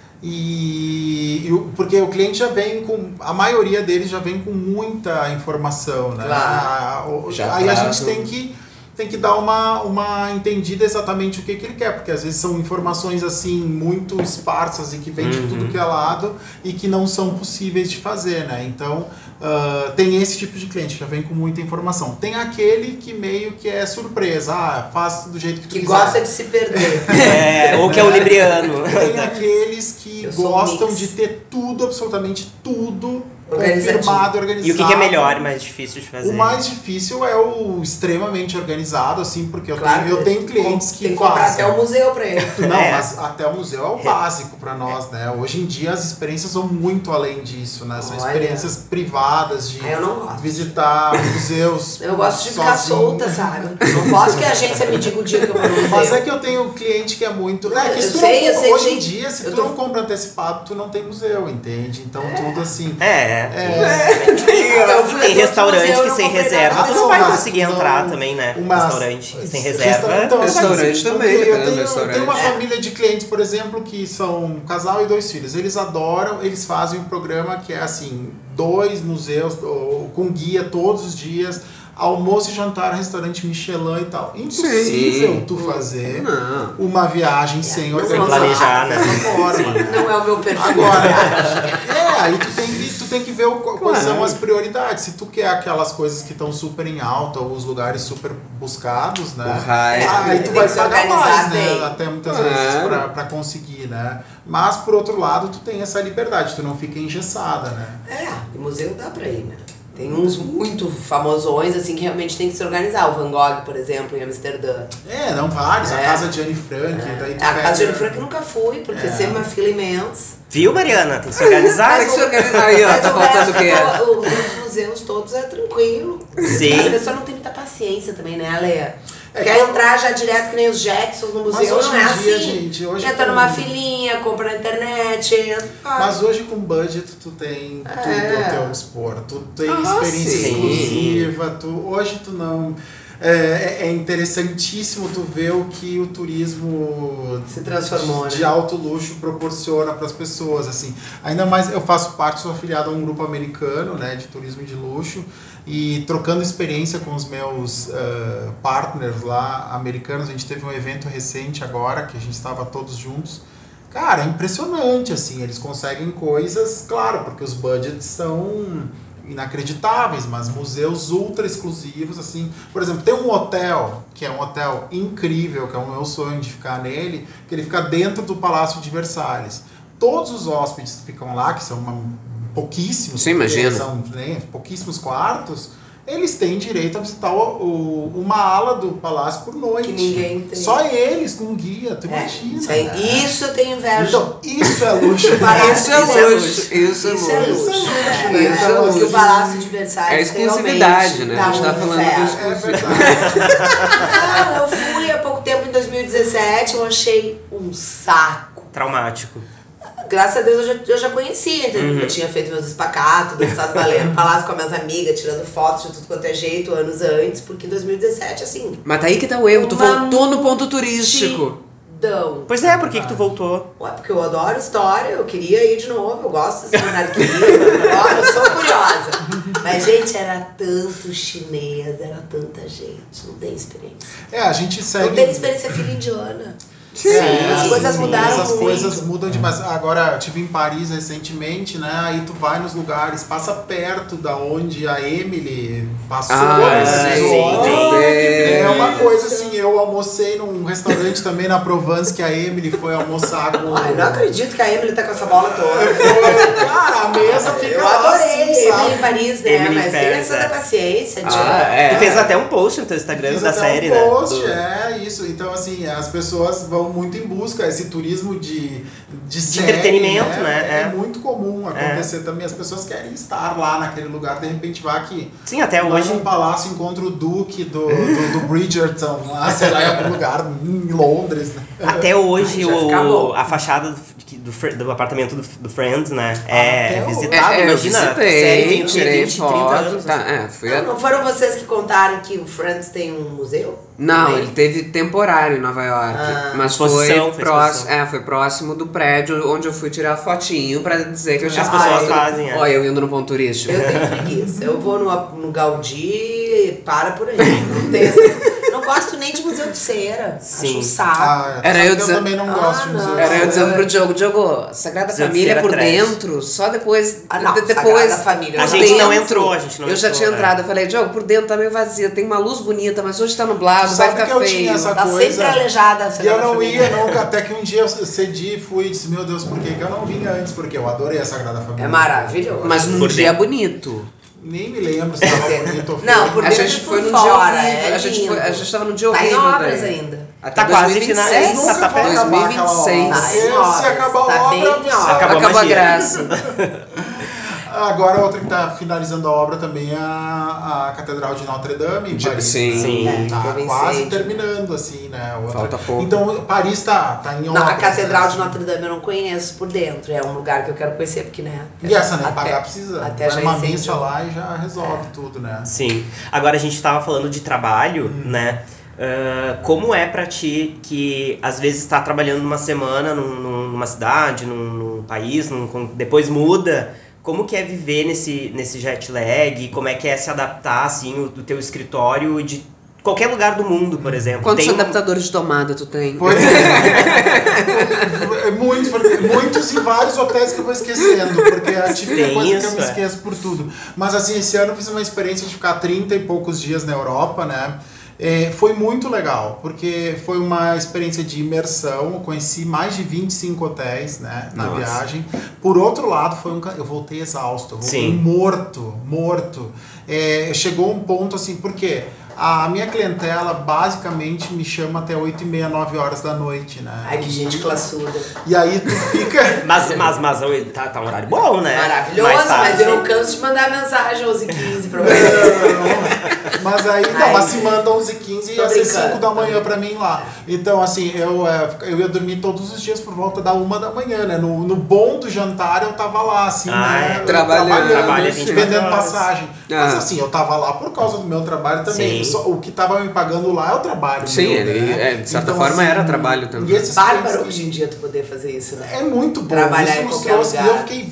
porque o cliente já vem com... A maioria deles já vem com muita informação, né? Claro. Aí a gente tem que dar uma entendida exatamente o que ele quer, porque às vezes são informações assim muito esparsas e que vem de tudo que é lado e que não são possíveis de fazer, né? Então tem esse tipo de cliente que já vem com muita informação. Tem aquele que meio que é surpresa, faz do jeito que tu Que quiser. gosta de se perder. Ou que é o libriano. Tem aqueles que Eu sou gostam mix. de ter tudo, absolutamente tudo Organizadinho. confirmado, organizado. E o que é melhor e mais difícil de fazer? O mais difícil é o extremamente organizado, assim, porque eu Claro, tenho clientes que tem que comprar fazem. até o museu pra ele. Não, É. mas até o museu é o básico pra nós, né? Hoje em dia as experiências vão muito além disso, né? São Olha. experiências privadas de Eu não gosto. visitar museus. Eu gosto de ficar sozinho. solta, sabe? Não posso que a agência me diga o dia que eu vou no museu. Mas é que eu tenho cliente que é muito. É que Eu se tu sei, não, eu sei, hoje em gente. dia, se Eu tu tô- não compra antecipado, tu não tem museu, entende? Então tudo assim. Então, eu fui Tem até outro restaurante museu, que não sem comprei reserva nada. tu não vai mas conseguir não- entrar também, né? Restaurante sem reserva. Então, Restaurante assim, também, porque dependendo do eu restaurante. tenho uma família de clientes, por exemplo, que são um casal e 2 filhos. Eles adoram, eles fazem um programa que é assim, 2 museus com guia todos os dias, almoço e jantar, restaurante Michelin e tal. Impossível Sim. tu fazer Não. uma viagem sem organizar planejar, né? dessa forma, né? Não é o meu perfil. Agora, aí tu tem que ver quais são as prioridades. Se tu quer aquelas coisas que estão super em alta, ou os lugares super buscados, né? O raio. Aí tu Tem vai que se pagar organizar mais, né? bem. Até muitas Claro. vezes pra conseguir, né? Mas, por outro lado, tu tem essa liberdade, tu não fica engessada, né? E museu dá pra ir, né? Tem uns muito famosões, assim, que realmente tem que se organizar. O Van Gogh, por exemplo, em Amsterdã. Não, vários. A É. casa de Anne Frank, daí tu A pega- casa de Anne Frank eu nunca fui, porque sempre uma fila imensa. Viu, Mariana? Tem que se organizar. Tem que se organizar aí, ó. Mas Tá o faltando o quê? resto, os museus todos é tranquilo. Sim. As pessoas não têm muita paciência também, né, Alea? Quer entrar já direto que nem os Jacksons no museu, hoje não é em dia, assim. gente, hoje entra com- numa filinha, compra na internet, entra. Mas hoje com budget tu tem tudo ao teu dispor. Tu tem experiência sim. exclusiva, hoje tu não... É interessantíssimo tu ver o que o turismo Se transformou, de né? alto luxo proporciona para as pessoas, assim. Ainda mais, eu faço parte, sou afiliado a um grupo americano, né, de turismo de luxo, e trocando experiência com os meus partners lá americanos. A gente teve um evento recente agora, que a gente estava todos juntos. Cara, é impressionante, assim, eles conseguem coisas, claro, porque os budgets são inacreditáveis, mas museus ultra exclusivos, assim. Por exemplo, tem um hotel, que é um hotel incrível, que é o meu sonho de ficar nele, que ele fica dentro do Palácio de Versalhes. Todos os hóspedes que ficam lá, que são pouquíssimos, Sim, imagino. são, né, pouquíssimos quartos, eles têm direito a visitar uma ala do palácio por noite. Que ninguém tem. Só eles com guia, tu imagina. Isso, isso eu tenho inveja. Então, isso é luxo. Parece- Isso é luxo. Isso é luxo. né? Então, Então, porque o assim, Palácio de Versalhes é exclusividade, realmente né? A gente dá tá um falando ferro. disso. É verdade. Não, eu fui há pouco tempo, em 2017, eu achei um saco. Traumático. Graças a Deus eu já conhecia, entendeu? Eu tinha feito meus espacatos, dançado balé no palácio com as minhas amigas, tirando fotos de tudo quanto é jeito, anos antes, porque em 2017, assim... Mas tá aí que tá o erro, tu uma voltou no ponto turístico. multidão. Pois é, por que tu voltou? Ué, porque eu adoro história, eu queria ir de novo, eu gosto dessa monarquia, eu sou curiosa. Mas, gente, era tanto chinês, era tanta gente, não tem experiência. A gente segue... Não tem experiência filha indiana. Sim, as coisas mudaram Essas muito. coisas mudam demais. Agora, eu estive em Paris recentemente, né? Aí tu vai nos lugares, passa perto da onde a Emily passou. É uma coisa assim, eu almocei num restaurante também na Provence, que a Emily foi almoçar com... Ai, não acredito que a Emily tá com essa bola toda. Cara, a mesa fica Eu lá adorei assim, Emily em sabe? Paris, né? Emily Mas em tem Paris, essa da paciência, Tu fez até um post no teu Instagram Fiz da até série, um né? post, Do- é isso. Então, assim, as pessoas vão muito em busca. Esse turismo de série, entretenimento, né? É muito comum acontecer também. As pessoas querem estar lá naquele lugar. De repente, vai que... Sim, até vai hoje. num palácio, encontra o duque do Bridgerton lá, sei lá, em algum lugar em Londres, né? Até hoje Ai, já fica bom. a fachada do apartamento do Friends, né? até É hoje. visitável. eu Imagina, a série visitei, tem tirei 20, 30 foto. anos. Tá, fui a... Não foram vocês que contaram que o Friends tem um museu? Não, Também? ele teve temporário em Nova York. Mas Exposição, foi foi exposição. foi próximo do prédio onde eu fui tirar fotinho pra dizer que eu tinha As pessoas foto. fazem, Ó, eu indo no ponto turístico. Eu tenho preguiça. Eu vou no Gaudí e para por aí. Não, tem essa... não gosto nem de museu de cera. Sim. Acho um saco. Era sabe eu que dizendo- também não gosto de não. museu. Era eu dizendo pro Diogo, Sagrada Museu de Família cera por trash. dentro, só depois. Não, depois Sagrada Família. A por gente não dentro. entrou, a gente não Eu já entrou, tinha né? entrado, eu falei, Diogo, por dentro tá meio vazia, tem uma luz bonita, mas hoje tá nublado, vai Sabe que ficar eu feio. tinha essa Tá coisa. sempre aleijada a E eu Sagrada não Família. ia nunca, até que um dia eu cedi e fui e disse, meu Deus, por que eu não vinha antes? Porque eu adorei a Sagrada Família. É maravilhoso. Mas num Por dia dentro. bonito. Nem me lembro se tava bonito ou feio. Não, por A dentro gente e foi por num fora. dia horrível. É A gente lindo. tava num dia Tá em horrível. obras daí. ainda. Até Tá quase 2026. final. Nunca Tá vai perto. acabar aquela 2026. obra. Tá em Se obras, acabar a tá obra, bem em obras. Acabou a Acabou a magia. graça. Agora outra que tá finalizando a obra também é a Catedral de Notre Dame em Paris. Sim. Sim. Tá que eu quase venci. terminando, assim, né? Outra... Falta pouco. Então, Paris tá em obras. Não, a Catedral né, de Notre Dame eu não conheço por dentro. É um lugar que eu quero conhecer, porque, né? E essa nem até- pagar precisa. Até Vai já uma incendiou. missa lá e já resolve tudo, né? Sim. Agora a gente tava falando de trabalho, né? Como é pra ti que às vezes tá trabalhando uma semana numa cidade, num país, depois muda? Como que é viver nesse jet lag? Como é que é se adaptar, assim, do teu escritório de qualquer lugar do mundo, por exemplo? Quantos Tem um- adaptadores de tomada tu tem? Pois é. Muitos em vários hotéis que eu vou esquecendo, porque é a típica Tem coisa que isso, eu me é. esqueço por tudo. Mas assim, esse ano eu fiz uma experiência de ficar 30 e poucos dias na Europa, né? Foi muito legal, porque foi uma experiência de imersão. Eu conheci mais de 25 hotéis, né, na Nossa. viagem. Por outro lado, eu voltei exausto, eu voltei Sim. morto. Chegou um ponto assim, porque a minha clientela basicamente me chama até 8h30, 9 horas da noite, né? Ai, que gente classuda. E aí tu fica... Mas tá um horário bom, né? Maravilhoso, Mais tarde. mas eu canso de mandar mensagem 11h15 pra você. Mas aí, não, mas se manda 11h15 ia ser 5 da manhã pra mim lá. Então, assim, eu ia dormir todos os dias por volta da 1 da manhã, né? No bom do jantar eu tava lá, assim, né? Trabalha vendendo passagem. Mas Ah. assim, eu tava lá por causa do meu trabalho também. Sim. O que tava me pagando lá é o trabalho. Sim, meu, ele, né? de certa Então, forma assim, era trabalho também. E esses Bárbaro clientes hoje em dia tu poder fazer isso, né? é muito bom. Trabalhar Isso em nos qualquer trouxe. E lugar. eu fiquei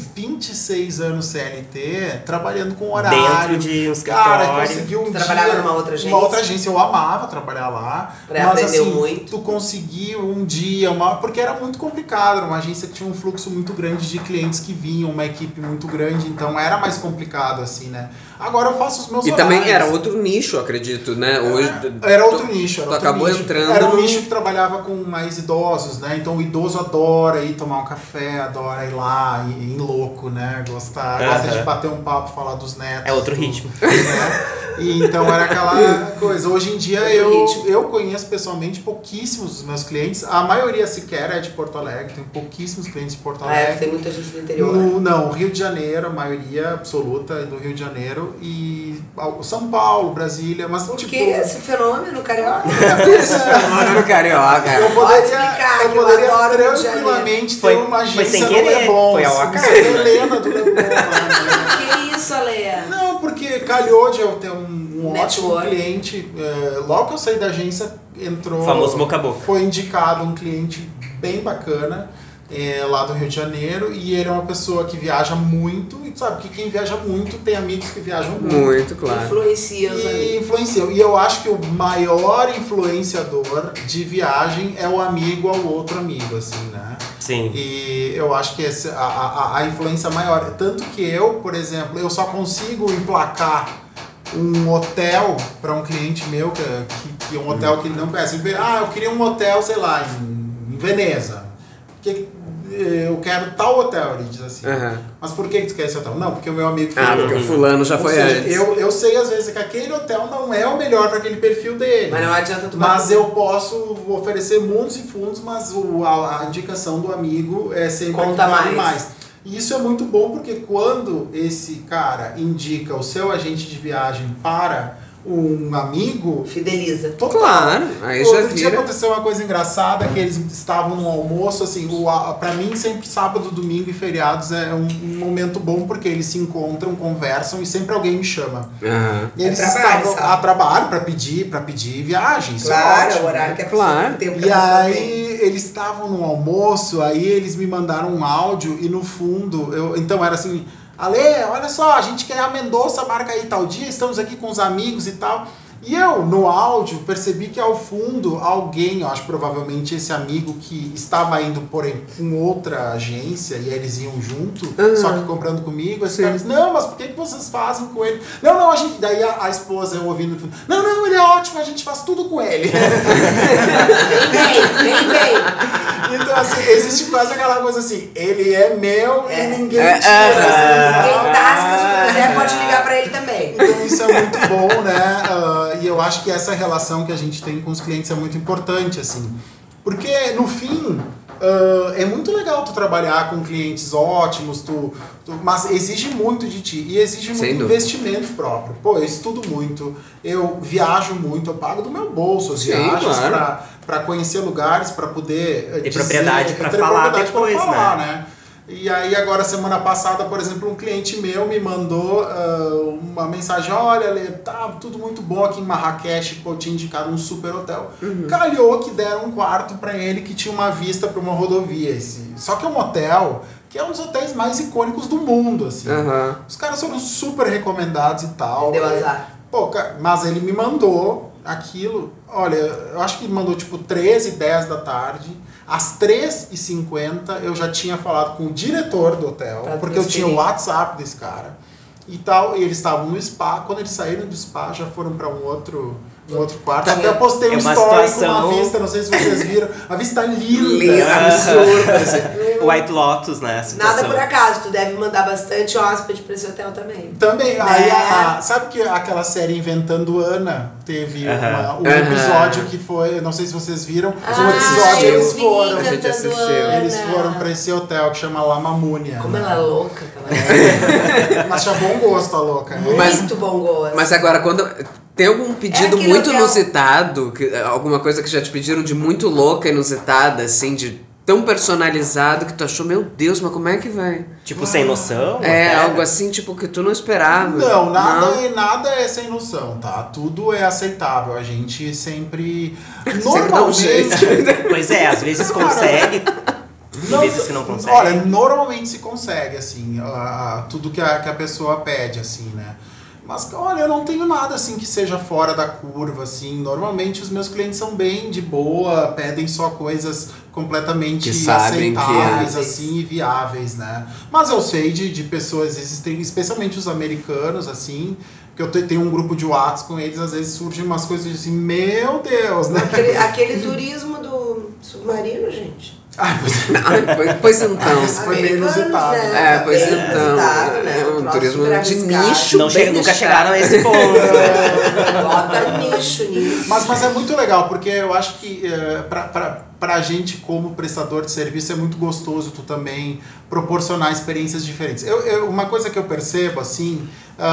26 anos CLT trabalhando com horário. Dentro de um Cara, escritório. consegui um Trabalhava dia... numa outra agência? Uma outra agência. Eu amava trabalhar lá. Mas Aprendeu assim, muito? tu conseguiu um dia... Porque era muito complicado. Era uma agência que tinha um fluxo muito grande de clientes que vinham. Uma equipe muito grande. Então era mais complicado, assim, né? Agora eu faço os meus E horários. também era outro nicho, acredito, né? Hoje, Era outro nicho. Era tu outro acabou nicho. entrando Era um no- nicho que trabalhava com mais idosos, né? Então o idoso adora ir tomar um café, adora ir lá, ir louco, né? Gosta de bater um papo, falar dos netos. É outro ritmo. Né? E então era aquela coisa. Hoje em dia eu conheço pessoalmente pouquíssimos dos meus clientes. A maioria sequer é de Porto Alegre. Tenho pouquíssimos clientes de Porto Alegre. Tem muita gente do interior. Não, Rio de Janeiro, a maioria absoluta é do Rio de Janeiro. E São Paulo, Brasília, mas Por tipo... que esse fenômeno carioca? Mano, carioca. Eu Pode explicar, que eu poderia adoro Rio de tranquilamente ter Foi- uma foi agência sem no querer, Leblon. foi ao Ser acaso. Helena do Leblon. Né? Que isso, Aleia? Não, porque calhou de eu ter um ótimo Network. cliente. Logo que eu saí da agência, entrou... O famoso boca a boca. Foi indicado um cliente bem bacana. Lá do Rio de Janeiro, e ele é uma pessoa que viaja muito, e tu sabe que quem viaja muito tem amigos que viajam muito. Muito, claro. Influencia os E amigos. influenciam. E eu acho que o maior influenciador de viagem é o amigo ao outro amigo, assim, né? Sim. E eu acho que a influência maior. Tanto que eu, por exemplo, eu só consigo emplacar um hotel para um cliente meu, que é um hotel que ele não conhece. Ele vê, eu queria um hotel, sei lá, em Veneza. Eu quero tal hotel, ele diz assim. Aham. Mas por que tu quer esse hotel? Não, porque o meu amigo foi. Porque o fulano já Ou foi seja, antes. eu sei às vezes que aquele hotel não é o melhor para aquele perfil dele. Mas não adianta tu Mas eu posso oferecer mundos e fundos, mas a indicação do amigo é sempre Conta que vale mais. E isso é muito bom porque quando esse cara indica o seu agente de viagem para um amigo, Fideliza. total. Claro, aí já Outro dia vira. aconteceu uma coisa engraçada, que eles estavam no almoço, assim, pra mim sempre sábado, domingo e feriados é um momento bom, porque eles se encontram, conversam e sempre alguém me chama. Aham. E eles trabalho, estavam sabe? a trabalho pra pedir viagem, isso é Claro, ótimo, o horário né? que a Claro. pessoa tem, o tempo que E a pessoa aí tem. eles estavam no almoço, aí eles me mandaram um áudio e no fundo, então era assim, Ale, olha só, a gente quer a Mendonça, marca aí tal dia, estamos aqui com os amigos e tal. E eu, no áudio, percebi que ao fundo alguém, eu acho provavelmente esse amigo que estava indo, porém, com outra agência, e eles iam junto, só que comprando comigo, esse cara disse, não, mas por que vocês fazem com ele? Não, a gente... Daí a esposa, eu ouvindo, não, ele é ótimo, a gente faz tudo com ele. Nem vem. Então, assim, existe quase aquela coisa assim, ele é meu e ninguém tira. Quem tasca, se tu quiser, pode ligar pra ele também. Então isso é muito bom, né? E eu acho que essa relação que a gente tem com os clientes é muito importante, assim. Porque, no fim, é muito legal tu trabalhar com clientes ótimos, mas exige muito de ti. E exige Sem muito dúvida. investimento próprio. Pô, eu estudo muito, eu viajo muito, eu pago do meu bolso as Sim, viagens claro. pra conhecer lugares, pra poder Ter propriedade pra falar depois, né? E aí agora semana passada, por exemplo, um cliente meu me mandou uma mensagem, olha, Lê, tá tudo muito bom aqui em Marrakech, pô, eu tinha indicado um super hotel. Calhou que deram um quarto pra ele que tinha uma vista pra uma rodovia. Só que é um hotel que é um dos hotéis mais icônicos do mundo, assim. Aham. Os caras foram super recomendados e tal. Deu azar. Pô, mas ele me mandou aquilo, olha, eu acho que ele mandou tipo 13h10 da tarde. Às 3h50 eu já tinha falado com o diretor do hotel, Pra porque eu transferir. tinha o WhatsApp desse cara e tal, e eles estavam no spa. Quando eles saíram do spa, já foram para um outro quarto. Até eu postei um É uma story situação- com uma vista, não sei se vocês viram. A vista tá linda, Linda, absurda. Assim. White Lotus, né? a situação. Nada por acaso, tu deve mandar bastante hóspede pra esse hotel também. Também, aí Né? sabe que aquela série Inventando Ana teve Aham. um episódio que foi, não sei se vocês viram, um gente episódio assistiu. eles foram. A gente assistiu. Eles foram pra esse hotel que chama La Mamúnia. Como ela é louca, aquela Mas tinha bom gosto a louca. Né? Mas- Muito bom gosto. Mas agora, quando Tem algum pedido aquele muito hotel. inusitado? Alguma coisa que já te pediram de muito louca, inusitada, assim, de tão personalizado que tu achou, meu Deus, mas como é que vai? Tipo, sem noção? É, até? algo assim, tipo, que tu não esperava. Não, nada é sem noção, tá? Tudo é aceitável. A gente sempre. Sempre dá um jeito. Pois é, às vezes consegue, e vezes que não consegue. Olha, normalmente se consegue, assim, tudo que a pessoa pede, assim, né? Mas, olha, eu não tenho nada, assim, que seja fora da curva, assim. Normalmente os meus clientes são bem de boa, pedem só coisas completamente Que sabem aceitáveis, que é. assim, e viáveis, né? Mas eu sei de pessoas, existem, especialmente os americanos, assim, porque eu tenho um grupo de WhatsApp com eles, às vezes surgem umas coisas assim, meu Deus, né? Aquele turismo do submarino, gente. Ai, Pois então. Isso foi meio Americanos, inusitado. É, pois Bem então. inusitado, né? É um troço turismo super de arriscado. nicho. Não bem nunca deixado. chegaram a esse ponto. Bota nicho nisso. Mas é muito legal, porque eu acho que pra gente como prestador de serviço é muito gostoso tu também proporcionar experiências diferentes. Uma coisa que eu percebo, assim,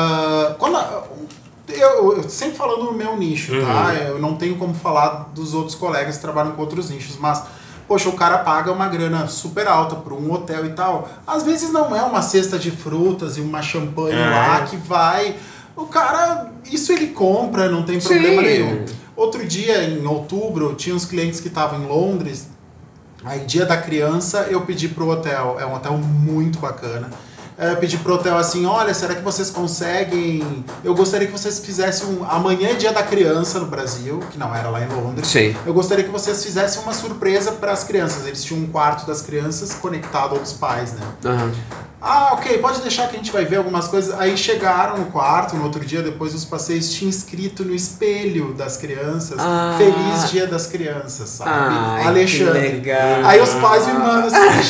eu sempre falando no meu nicho, tá? Eu não tenho como falar dos outros colegas que trabalham com outros nichos, mas poxa, o cara paga uma grana super alta por um hotel e tal. Às vezes não é uma cesta de frutas e uma champanhe lá que vai... O cara, isso ele compra, não tem problema nenhum. Outro dia, em outubro, tinha uns clientes que estavam em Londres. Aí, dia da criança, eu pedi pro hotel. É um hotel muito bacana. Eu pedi pro hotel assim, olha, será que vocês conseguem... Eu gostaria que vocês fizessem amanhã é dia da criança no Brasil, que não era lá em Londres. Sim. Eu gostaria que vocês fizessem uma surpresa para as crianças. Eles tinham um quarto das crianças conectado aos pais, né? Aham. Ah, ok, pode deixar que a gente vai ver algumas coisas. Aí chegaram no quarto, no outro dia, depois dos passeios, tinha escrito no espelho das crianças, Feliz Dia das Crianças, sabe? Ai, Alexandre. que legal. Aí os pais me mandam assim,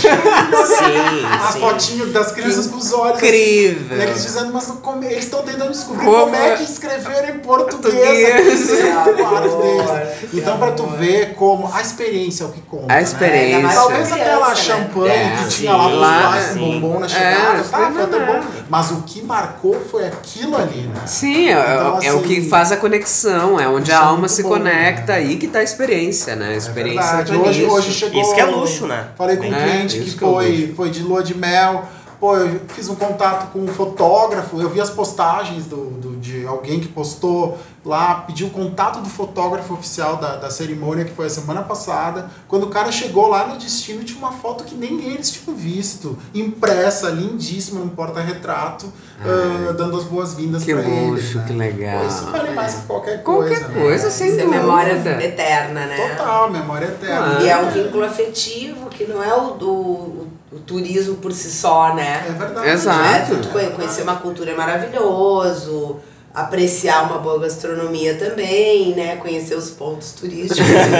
Sim, a sim. fotinho das crianças com os olhos. Incrível. Assim, eles dizendo, mas eles estão tentando descobrir Como como é que escreveram em português aqui no quarto deles. Então, pra tu ver como a experiência é o que conta. A experiência. Né? Talvez Criança, aquela né? champanhe É, que sim. tinha lá Lá, os pais com sim. bombom na chegada, foi até bom. Mas o que marcou foi aquilo ali, né? Sim, Então, é o assim, que faz a conexão, é onde isso a é alma muito se bom, conecta, né? aí que tá a experiência, né? A É experiência verdade. tá Hoje nisso. chegou... Isso que é luxo, né? Falei com um cliente isso que que é luxo. foi de lua de mel. Pô, eu fiz um contato com um fotógrafo, eu vi as postagens de alguém que postou lá, pediu o contato do fotógrafo oficial da cerimônia, que foi a semana passada. Quando o cara chegou lá no destino, tinha uma foto que nem eles tinham visto, impressa, lindíssima, num porta-retrato, dando as boas-vindas Que pra eles. luxo, Né? que legal. Pô, isso vale mais que qualquer coisa. Qualquer coisa, né? sem Isso é dúvida. memória eterna, né? Total, memória eterna. Claro. E é um vínculo afetivo que não é o turismo por si só, né? É verdade. Exato. Tu conhecer uma cultura é maravilhoso, apreciar uma boa gastronomia também, né? Conhecer os pontos turísticos,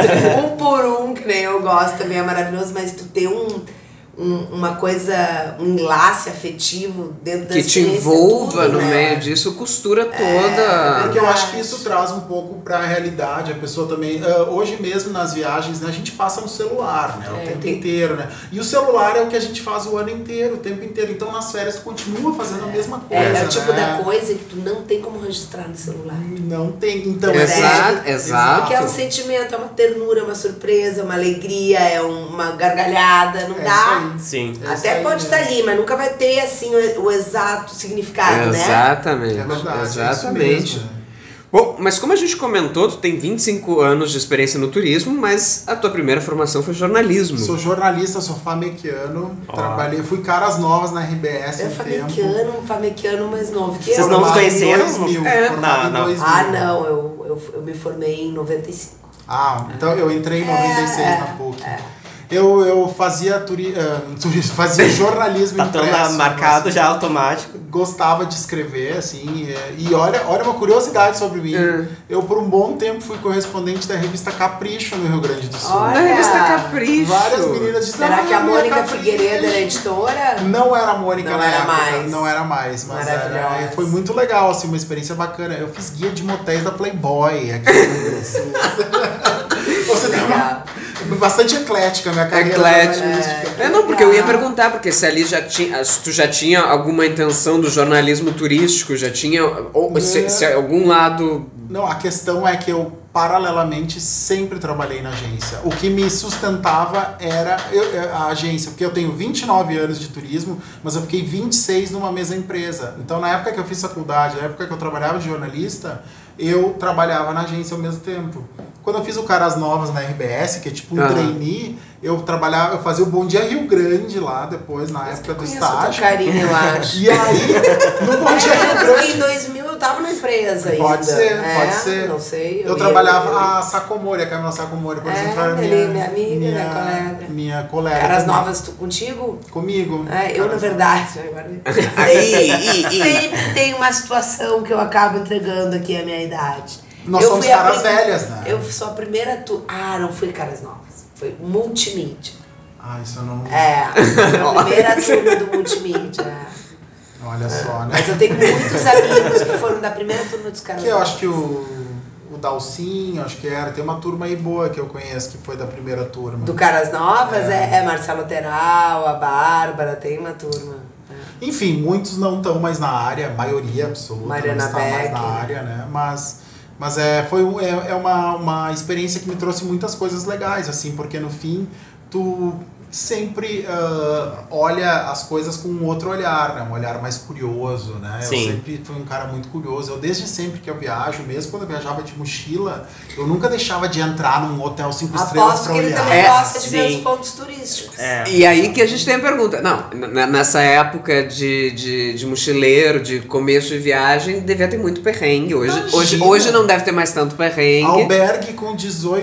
um por um, que nem eu gosto também é maravilhoso, mas tu ter uma coisa, um enlace afetivo dentro da Que te experiência, envolva tudo, no né? meio disso, costura toda. Porque eu acho que isso traz um pouco pra realidade, a pessoa também, hoje mesmo nas viagens, né, a gente passa no celular, né, o tempo inteiro, né, e o celular é o que a gente faz o ano inteiro, o tempo inteiro, então nas férias tu continua fazendo a mesma coisa, É o tipo né? da coisa que tu não tem como registrar no celular. Não tem, então... Exato. Porque é um sentimento, é uma ternura, é uma surpresa, uma alegria, é uma gargalhada, não dá. Sim. Até pode estar ali, mas nunca vai ter assim o exato significado, né? Exatamente. É verdade, é isso Exatamente. mesmo, né? Bom, mas como a gente comentou, tu tem 25 anos de experiência no turismo, mas a tua primeira formação foi jornalismo. Sou jornalista, sou famequiano, trabalhei, fui caras novas na RBS É tempo. famequiano mais novo que Vocês eu. não nos Formado em conheceram? 2000, É, formado em não. 2000. Ah, não, eu me formei em 95. Ah, então eu entrei em 96 na PUC. Eu fazia fazia jornalismo Tá tão impresso, marcado mas já automático. gostava de escrever, assim, e olha uma curiosidade sobre mim. Eu, por um bom tempo, fui correspondente da revista Capricho no Rio Grande do Sul. Olha. Na revista Capricho. Várias meninas disseram, Será que a minha Mônica Capricho." Figueiredo era editora? Não era a Mônica Não na era época, mais. não era mais, mas Maravilhosa. foi muito legal, assim, uma experiência bacana. Eu fiz guia de motéis da Playboy aqui no Rio Grande do Sul. Você tem Legal. bastante eclética a minha carreira. Eclético. jornalística. Não, porque eu ia perguntar, porque se ali se tu já tinha alguma intenção do jornalismo turístico, já tinha, ou se algum lado Não, a questão é que eu, paralelamente, sempre trabalhei na agência. O que me sustentava era a agência, porque eu tenho 29 anos de turismo, mas eu fiquei 26 numa mesma empresa. Então, na época que eu fiz faculdade, na época que eu trabalhava de jornalista, eu trabalhava na agência ao mesmo tempo. Quando eu fiz o Caras Novas na RBS, que é tipo um trainee, eu fazia o Bom Dia Rio Grande lá depois, na época do estágio. Carinho, eu acho. E aí, no Bom Dia Rio Grande... Em 2000 eu tava na empresa ainda. Pode ser. Não sei. Eu trabalhava a Sacomori, a Camila Sacomori, por exemplo, minha amiga, minha colega. Minha colega. Caras também. Novas contigo? Comigo. Eu, na verdade, agora sempre tem uma situação que eu acabo entregando aqui a minha idade. Nós somos caras velhas, né? Eu sou a primeira não fui Caras Novas. Foi multimídia. Isso eu não... A primeira turma do multimídia. Olha só, né? Mas eu tenho muitos amigos que foram da primeira turma dos Caras Que eu Novas. acho que o Dalcinho, acho que era. Tem uma turma aí boa que eu conheço que foi da primeira turma. Do Caras Novas é Marcelo Teral, a Bárbara, tem uma turma. Enfim, muitos não estão mais na área, a maioria absoluta Mariana não está mais Beck, na área, né? Mas foi uma experiência que me trouxe muitas coisas legais, assim, porque no fim tu sempre olha as coisas com um outro olhar, né? Um olhar mais curioso, né? Sim. Eu sempre fui um cara muito curioso. Eu desde sempre que eu viajo, mesmo quando eu viajava de mochila, eu nunca deixava de entrar num hotel 5 estrelas Aposto pra que ele olhar. também gosta de ver sim. os pontos turísticos. E aí que a gente tem a pergunta. Não, nessa época de mochileiro, de começo de viagem, devia ter muito perrengue. Hoje não deve ter mais tanto perrengue. Albergue com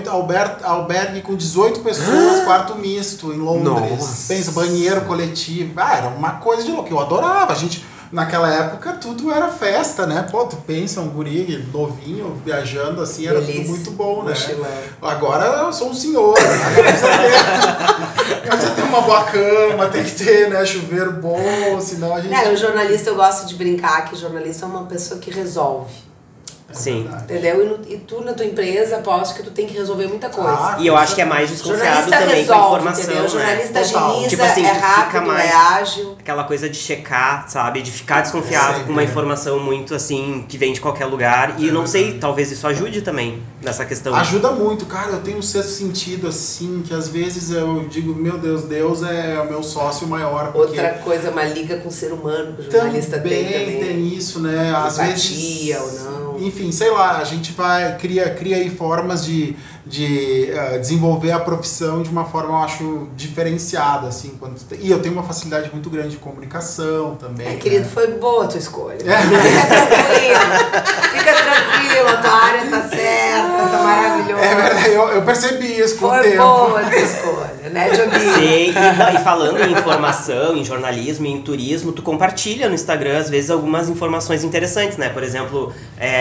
18 pessoas, quarto misto em Londres. Nossa. Pensa, banheiro coletivo. Era uma coisa de louco. Eu adorava. A gente, naquela época, tudo era festa, né? Pô, tu pensa, um guri novinho viajando assim, era Delícia. tudo muito bom, né? Mochilão. Agora eu sou um senhor. Agora precisa ter uma boa cama, tem que ter, né, chuveiro bom, senão a gente... O jornalista, eu gosto de brincar que o jornalista é uma pessoa que resolve. Sim. verdade. Entendeu? E tu, na tua empresa, aposto que tu tem que resolver muita coisa. E eu acho que é mais desconfiado Jornalista também com a resolve, informação, entendeu? O jornalista né? Total. agiliza, Tipo assim, é tu fica rápido, mais- é ágil. Aquela coisa de checar, sabe? De ficar desconfiado Sempre. com uma informação muito assim, que vem de qualquer lugar. E não sei, talvez isso ajude também nessa questão. Ajuda muito, cara. Eu tenho um sexto sentido, assim, que às vezes eu digo, meu Deus é o meu sócio maior. Porque Outra coisa, uma liga com o ser humano que o jornalista também tem. tem isso, né? Às Empatia vezes, ou não. Enfim, sei lá, a gente cria aí formas de desenvolver a profissão de uma forma, eu acho, diferenciada, assim. E eu tenho uma facilidade muito grande de comunicação também. Querido, né? foi boa a tua escolha. Fica tranquilo, a tua área tá certa, tá maravilhosa. É verdade, eu percebi isso com o Foi tempo. boa a tua escolha, né, Dioguinho? Sim, e falando em informação, em jornalismo e em turismo, tu compartilha no Instagram, às vezes, algumas informações interessantes, né? Por exemplo,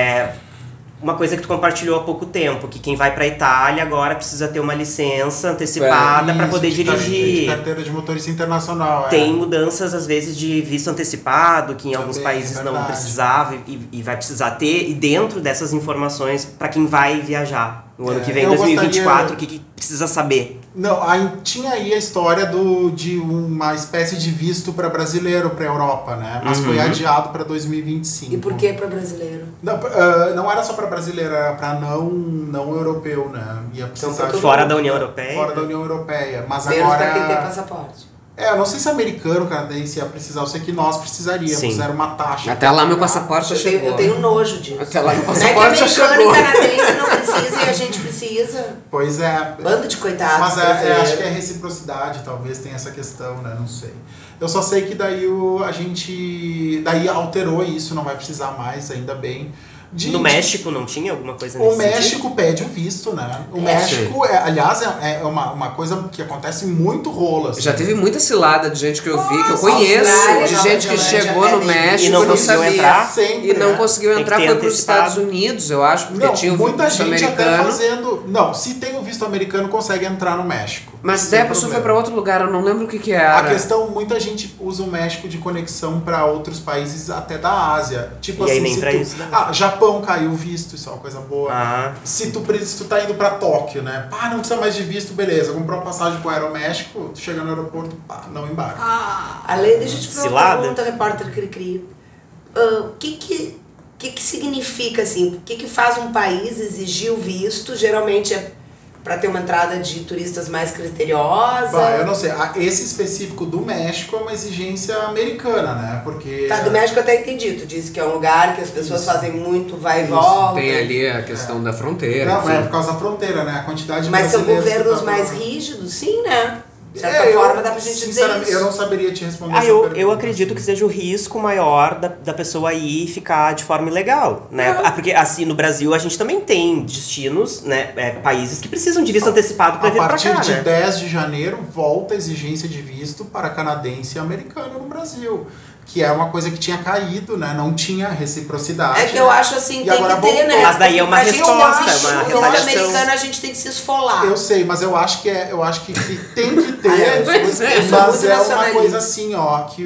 uma coisa que tu compartilhou há pouco tempo, que quem vai pra Itália agora precisa ter uma licença antecipada para Isso, poder de dirigir. carteira de motorista internacional. Tem mudanças, às vezes, de visto antecipado, que em alguns Também, países não verdade. precisava e vai precisar ter. E dentro dessas informações, para quem vai viajar no ano que vem, eu 2024, gostaria- o que precisa saber? Não, aí tinha aí a história de uma espécie de visto para brasileiro para Europa, né? Mas foi adiado para 2025. E por que para brasileiro? Não era só para brasileiro, era para não europeu, né? Ia precisar pra todo Fora mundo. da União Europeia? Fora da União Europeia. Mas Menos agora. pra quem tem passaporte. Eu não sei se americano, canadense ia precisar, eu sei que nós precisaríamos, Sim. era uma taxa. Até lá meu passaporte já chegou. Eu tenho nojo disso. Até lá meu Não é que passaporte já americano chegou. e canadense não precisa e a gente precisa. Pois é. Bando de coitados. Mas brasileiros. acho que é reciprocidade, talvez tenha essa questão, né? Não sei. Eu só sei que daí a gente alterou isso, não vai precisar mais, ainda bem. No México não tinha alguma coisa O nesse México sentido? pede o visto, né? O México, aliás, é uma coisa que acontece muito rolo. Assim. Já teve muita cilada de gente que eu vi, que eu Nossa, conheço, Austrália, de Nova gente que Zelândia, chegou no pedem México e não conseguiu sabia. entrar? Sempre, E não né? conseguiu Tem que entrar, ter foi para os antecipado. Estados Unidos, eu acho, porque Não, tinha o muita visto gente até americano. fazendo... Não, se tem o visto americano, consegue entrar no México. Mas Sem daí a pessoa foi problema. para outro lugar, eu não lembro o que A era. questão, muita gente usa o México de conexão para outros países até da Ásia. Tipo E aí assim, nem se pra tu... isso, né? Japão caiu o visto, isso é uma coisa boa. Ah, Se tu tá indo pra Tóquio, né? Não precisa mais de visto, beleza. Comprou uma passagem pro Aeroméxico, tu chega no aeroporto, não embarca. Além, deixa eu te fazer uma Cilada? pergunta, repórter Cricri. O que que significa, assim, o que faz um país exigir o visto? Geralmente é para ter uma entrada de turistas mais criteriosa. Eu não sei. Esse específico do México é uma exigência americana, né? Porque... Tá, do México eu até entendi. Tu disse que é um lugar que as pessoas fazem muito vai e volta. Tem ali a questão da fronteira. Não, é por causa da fronteira, né? A quantidade de Mas são brasileiros governos que tá mais falando. rígidos, sim, né? De certa forma dá pra gente dizer sinceramente, isso. eu não saberia te responder essa Eu pergunta. acredito que seja o risco maior da pessoa ir e ficar de forma ilegal, né? Porque assim, no Brasil a gente também tem destinos, né? Países que precisam de visto antecipado para vir pra cá, A partir de né? 10 de janeiro, volta a exigência de visto para canadense e americano no Brasil. Que é uma coisa que tinha caído, né? Não tinha reciprocidade. É que eu acho assim, E tem agora que ter, né? Mas daí é uma Pra gente resposta, ter um uma visto retaliação. americano, a gente tem que se esfolar. Eu sei, mas eu acho que tem que ter. Eu sou Pois é, eu sou Mas muito é uma nacionalista. coisa assim, ó, que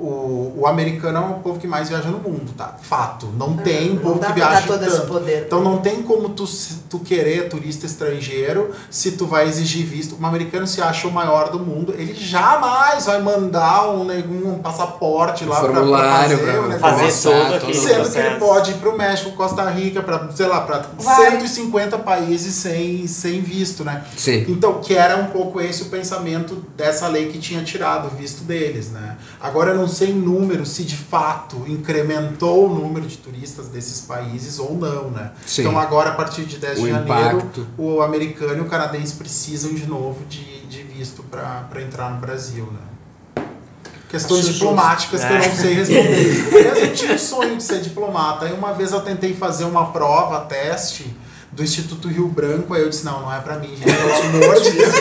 o americano é o povo que mais viaja no mundo, tá? Fato. Não tem não povo dá que pra dar viaja todo esse tanto. poder. Então não tem como tu querer turista estrangeiro se tu vai exigir visto. Um americano se acha o maior do mundo, ele jamais vai mandar um passaporte lá formulário pra fazer o pra negócio. fazer todo aquele Sendo processo. que ele pode ir pro México, Costa Rica, pra, sei lá, pra Vai. 150 países sem visto, né? Sim. Então, que era um pouco esse o pensamento dessa lei que tinha tirado o visto deles, né? Agora eu não sei em número se de fato incrementou o número de turistas desses países ou não, né? Sim. Então agora, a partir de 10 de O janeiro, impacto. o americano e o canadense precisam de novo de visto para entrar no Brasil, né? Questões Acho diplomáticas que eu não sei responder. Aliás, eu tinha o sonho de ser diplomata. Aí uma vez eu tentei fazer uma prova, teste, do Instituto Rio Branco, aí eu disse, não é pra mim, gente, pelo amor de Deus.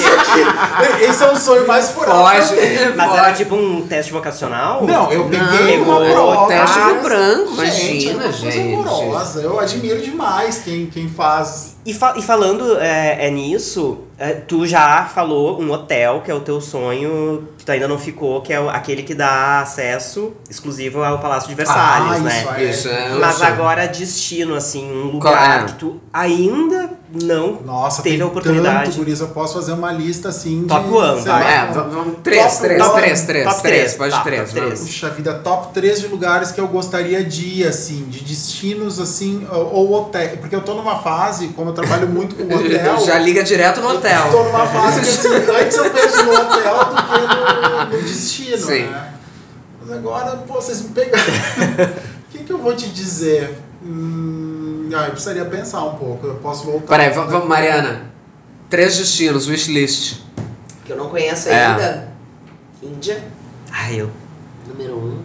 Esse é um sonho mais furado. Foge. Mas era tipo um teste vocacional? Não, eu peguei Não, uma prova. o teste mas, Rio Branco, gente, é imagina, uma coisa gente. horrorosa. Eu admiro demais quem faz. E falando nisso, tu já falou um hotel, que é o teu sonho, que tu ainda não ficou, que é aquele que dá acesso exclusivo ao Palácio de Versalhes, né? Isso é um Mas sonho. agora destino, assim, um Qual lugar é? que tu ainda não Nossa, teve tem a oportunidade. tanto, Guriz, eu posso fazer uma lista assim Top de... one, sei vai. lá, Vamos três, top três, pode tá, três. top três. Vamos. Puxa vida, top 3 de lugares que eu gostaria de ir, assim, de destinos, assim, ou hotel. Porque eu tô numa fase, como eu trabalho muito com hotel... Já liga direto no Tô hotel. numa fase que, assim, antes eu penso no hotel do que no destino, Sim. né? Mas agora, pô, vocês me pegaram. O que eu vou te dizer? Eu precisaria pensar um pouco, eu posso voltar. Peraí, vamos, Mariana. 3 destinos, wishlist. Que eu não conheço É. ainda. Índia, Eu número 1.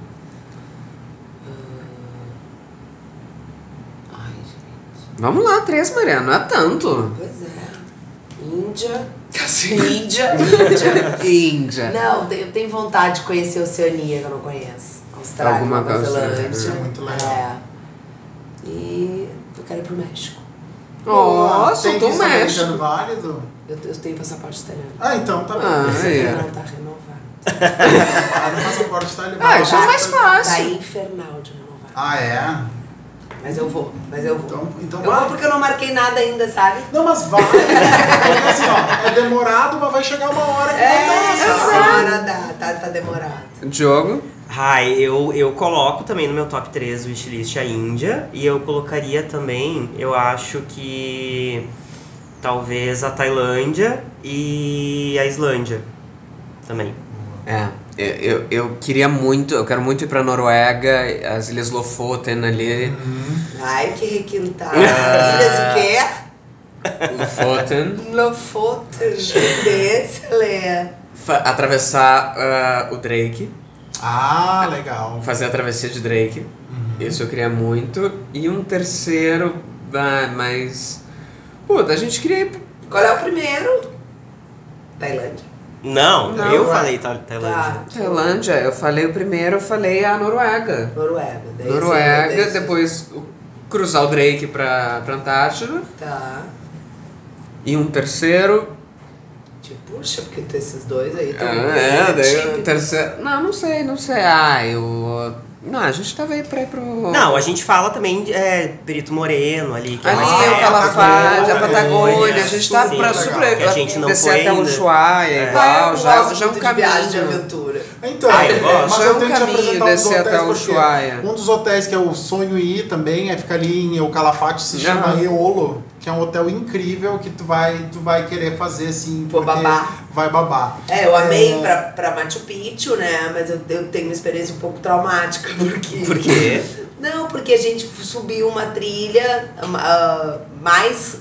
Ai, gente. Vamos lá, 3, Mariana, não é tanto. Pois é. Índia. Assim. Índia. Índia. Não, eu tenho vontade de conhecer a Oceania, que eu não conheço. Austrália, Alguma Nova coisa, Zelândia. isso é muito legal. É. E eu quero ir pro México. Nossa, tem eu tô visto México. americano válido? Eu tenho passaporte italiano. Ah, então tá bom. Ah, Esse é. aqui não tá renovado. No passaporte tá Ah, isso é mais Tá fácil. infernal de renovar. Ah, é? Mas eu vou. Então Eu vai. vou porque eu não marquei nada ainda, sabe? Não, mas vai. Porque assim, ó, é demorado, mas vai chegar uma hora que vai dar, sabe? Agora dá, tá demorado. Diogo. eu coloco também no meu top 3 wishlist a Índia. E eu colocaria também, eu acho que talvez a Tailândia e a Islândia também. Eu queria muito, eu quero muito ir pra Noruega, as Ilhas Lofoten ali. Ai, que requintado. Ilhas o quê? Lofoten. Lofoten. Excelente. Atravessar o Drake. Ah, legal. Fazer a travessia de Drake. Isso eu queria muito. E um terceiro, mas... Puta, a gente queria ir... Qual é o primeiro? Tailândia. Não, Não, eu é. falei Tailândia. Tá. Tailândia, eu falei o primeiro, eu falei a Noruega. Noruega. Daí Noruega, sim, depois cruzar o Drake pra Antártida. Tá. E um terceiro... Puxa, porque tem esses dois aí. tão daí o típicos. terceiro... Não sei. Não, a gente tava aí pra ir pro... Não, a gente fala também de Perito Moreno ali. Que Ali é tem o mais Calafate, a Patagônia, Patagônia, a gente tá super pra legal. super... Que a gente não descer foi até o ainda. Ushuaia, Eu igual, já gosto é um muito de viagem de caminho. aventura. Então, eu gosto. mas É eu um tenho que te caminho apresentar uns descer hotéis até o porque Ushuaia. um dos hotéis que eu sonho ir também fica ali em El Calafate, se chama Aham. Eolo, que é um hotel incrível que tu vai querer fazer assim, Vou porque babar. vai babar. Eu amei pra Machu Picchu, né? Mas eu tenho uma experiência um pouco traumática, porque... Por quê? Não, porque a gente subiu uma trilha mais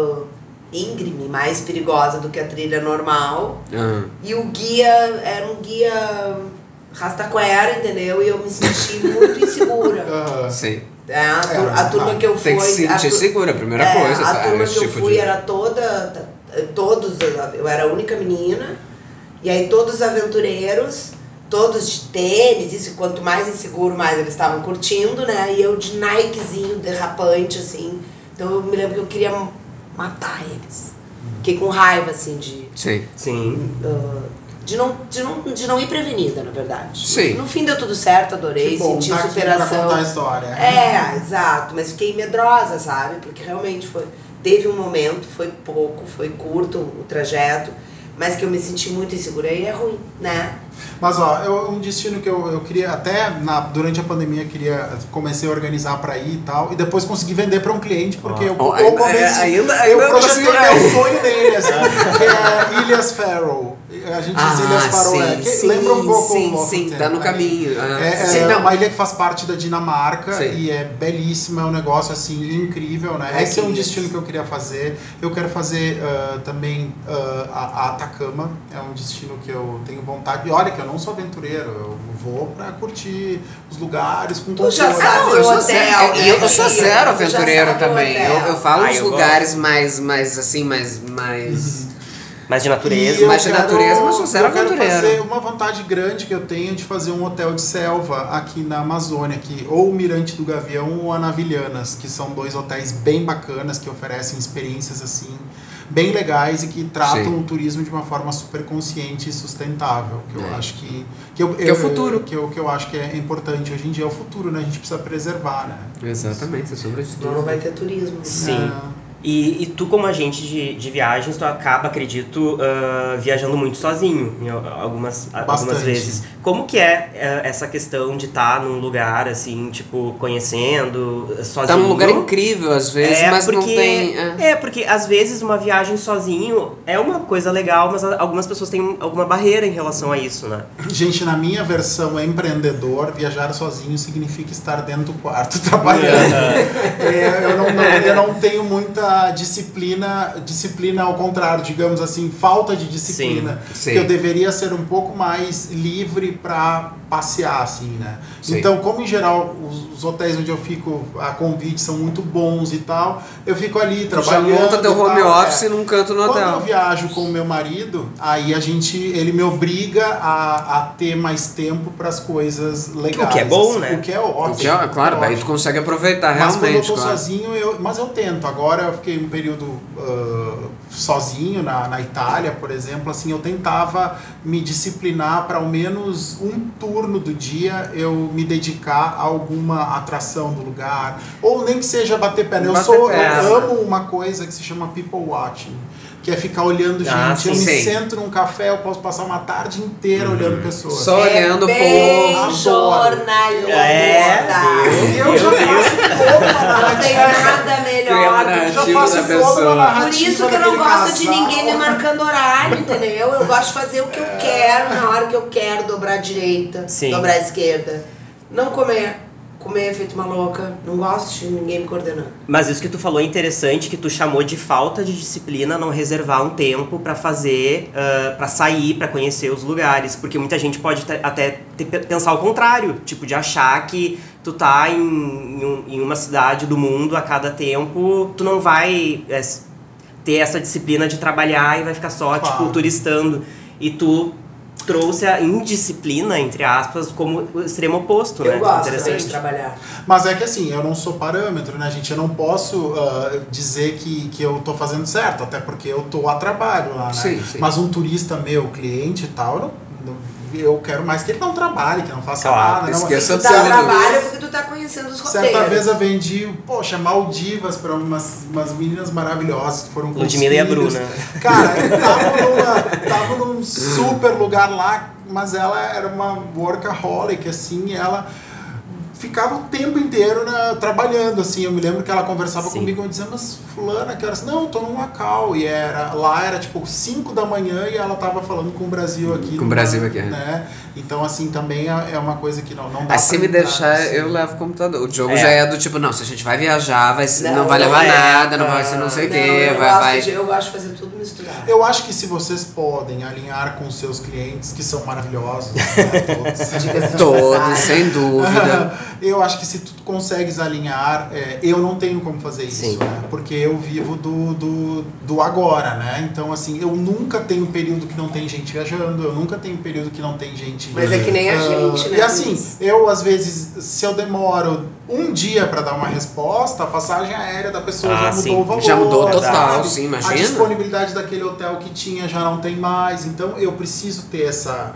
íngreme, mais perigosa do que a trilha normal. Ah. E o guia era um guia rastaquera, entendeu? E eu me senti muito insegura. Ah, Sim. A turma que eu fui... Tem que se sentir segura, a primeira coisa. A turma esse que eu tipo fui de... era todos, eu era a única menina, e aí todos aventureiros, todos de tênis, isso, quanto mais inseguro, mais eles estavam curtindo, né? E eu de Nikezinho, derrapante, assim. Então eu me lembro que eu queria matar eles. Fiquei com raiva, assim, Sim. Sim. de não ir prevenida, na verdade. Sim. No fim deu tudo certo, adorei, que bom, senti tá aqui superação. pra contar a história. Exato, mas fiquei medrosa, sabe? Porque realmente teve um momento, foi pouco, foi curto o trajeto, mas que eu me senti muito insegura e é ruim, né? Mas ó, um destino que eu queria, até durante a pandemia, comecei a organizar pra ir e tal, e depois consegui vender pra um cliente, porque eu convenci, eu projetei meu sonho dele, assim, que é Ilhas Faroe. A gente diz Ilhas Faroe, lembra um pouco o Sim, tá no caminho. É uma ilha que faz parte da Dinamarca. Sim. E é belíssima, é um negócio assim incrível, né? Esse é um destino que eu queria fazer. Eu quero fazer também a Atacama, é um destino que eu tenho vontade. E olha que eu não sou aventureiro, eu vou pra curtir os lugares com Tu já conforto. sabe eu sou hotel, zero, né? eu sou zero Tu já aventureiro sabe o também. hotel. Eu falo os eu lugares mais assim, mais Mais de E natureza. eu mais de natureza, mas sou zero eu quero aventureiro. fazer uma vontade grande que eu tenho de fazer um hotel de selva aqui na Amazônia, ou o Mirante do Gavião ou a Navilhanas, que são 2 hotéis bem bacanas que oferecem experiências assim bem legais e que tratam Sim. o turismo de uma forma super consciente e sustentável, que eu acho que é o futuro. que eu acho que é importante hoje em dia, é o futuro, né? A gente precisa preservar, né? Exatamente, é sobre isso. Senão não vai ter turismo. Sim. E tu, como agente de viagens, tu acaba, acredito, viajando muito sozinho em algumas vezes. Como que é essa questão de estar num lugar, assim, tipo, conhecendo, sozinho? Tá num lugar incrível, às vezes, mas porque, não tem... porque às vezes uma viagem sozinho é uma coisa legal, mas algumas pessoas têm alguma barreira em relação a isso, né? Gente, na minha versão empreendedor, viajar sozinho significa estar dentro do quarto trabalhando. Eu não tenho muita disciplina ao contrário, digamos assim, falta de disciplina. Sim. Que eu deveria ser um pouco mais livre para passear, assim, né? Sim. Então, como em geral os hotéis onde eu fico a convite são muito bons e tal, eu fico ali trabalhando. Já monta teu home tal, office num canto no hotel. Quando eu viajo com o meu marido, aí ele me obriga a ter mais tempo para as coisas legais. O que é bom, assim, né? O que é ótimo. Claro, daí tu ótimo. consegue aproveitar Mas realmente. quando eu tô claro. sozinho, mas eu tento. Agora eu fiquei um período sozinho na Itália, por exemplo, assim, eu tentava me disciplinar para ao menos um turno do dia eu me dedicar a alguma atração do lugar, ou nem que seja bater perna. Eu amo uma coisa que se chama people watching, que é ficar olhando gente. Eu me sento num café, eu posso passar uma tarde inteira olhando pessoas. Só olhando o bem povo. jornalista. Eu já faço toda uma Não tem narrativa. nada Cria uma melhor. narrativa Já faço da toda uma pessoa. narrativa. Por isso que eu não daquele gosto de casal. ninguém me marcando horário, entendeu? Eu gosto de fazer o que eu quero, na hora que eu quero, dobrar a direita, Sim. dobrar a esquerda. Não comer feito uma louca. Não gosto de ninguém me coordenando. Mas isso que tu falou é interessante, que tu chamou de falta de disciplina não reservar um tempo pra fazer, pra sair, pra conhecer os lugares. Porque muita gente pode até pensar o contrário, tipo, de achar que tu tá em uma cidade do mundo a cada tempo, tu não vai ter essa disciplina de trabalhar e vai ficar só, tipo, turistando. E tu trouxe a indisciplina, entre aspas, como o extremo oposto, né? Eu gosto também Interessante. de trabalhar. Mas é que assim, eu não sou parâmetro, né, gente? Eu não posso dizer que eu tô fazendo certo, até porque eu tô a trabalho lá, né? Sim. Mas um turista meu, cliente e tal, eu quero mais que ele não trabalhe, que não faça Claro, nada. Não, esqueça Tu de dá ser trabalho porque tu tá conhecendo os roteiros. certa vez eu vendi, Maldivas para umas meninas maravilhosas que foram com Ludmilla os e a filhos. Bruna. Cara, eu tava num super lugar lá, mas ela era uma workaholic, assim, ela ficava o tempo inteiro trabalhando, assim. Eu me lembro que ela conversava comigo e dizia, mas fulana, que era assim, não, eu tô num Macau. E lá era tipo 5 da manhã e ela tava falando com o Brasil aqui. Com o Brasil aqui, né? Então, assim, também é uma coisa que não dá se me deixar, assim. Eu levo o computador. O Diogo já é do tipo, não, se a gente vai viajar, não vai levar nada, não vai ser não sei o quê. Eu gosto de fazer tudo misturado. Eu acho que se vocês podem alinhar com seus clientes, que são maravilhosos, né, todos, sem dúvida. Eu acho que se tu consegues alinhar, eu não tenho como fazer isso, né? Porque eu vivo do agora, né? Então, assim, eu nunca tenho período que não tem gente viajando, eu nunca tenho período que não tem gente... Mas é que nem a gente, né? E assim, eu às vezes, se eu demoro um dia para dar uma resposta, a passagem aérea da pessoa já mudou o valor. Já mudou total, sabe? sim, imagina. A disponibilidade daquele hotel que tinha já não tem mais, então eu preciso ter essa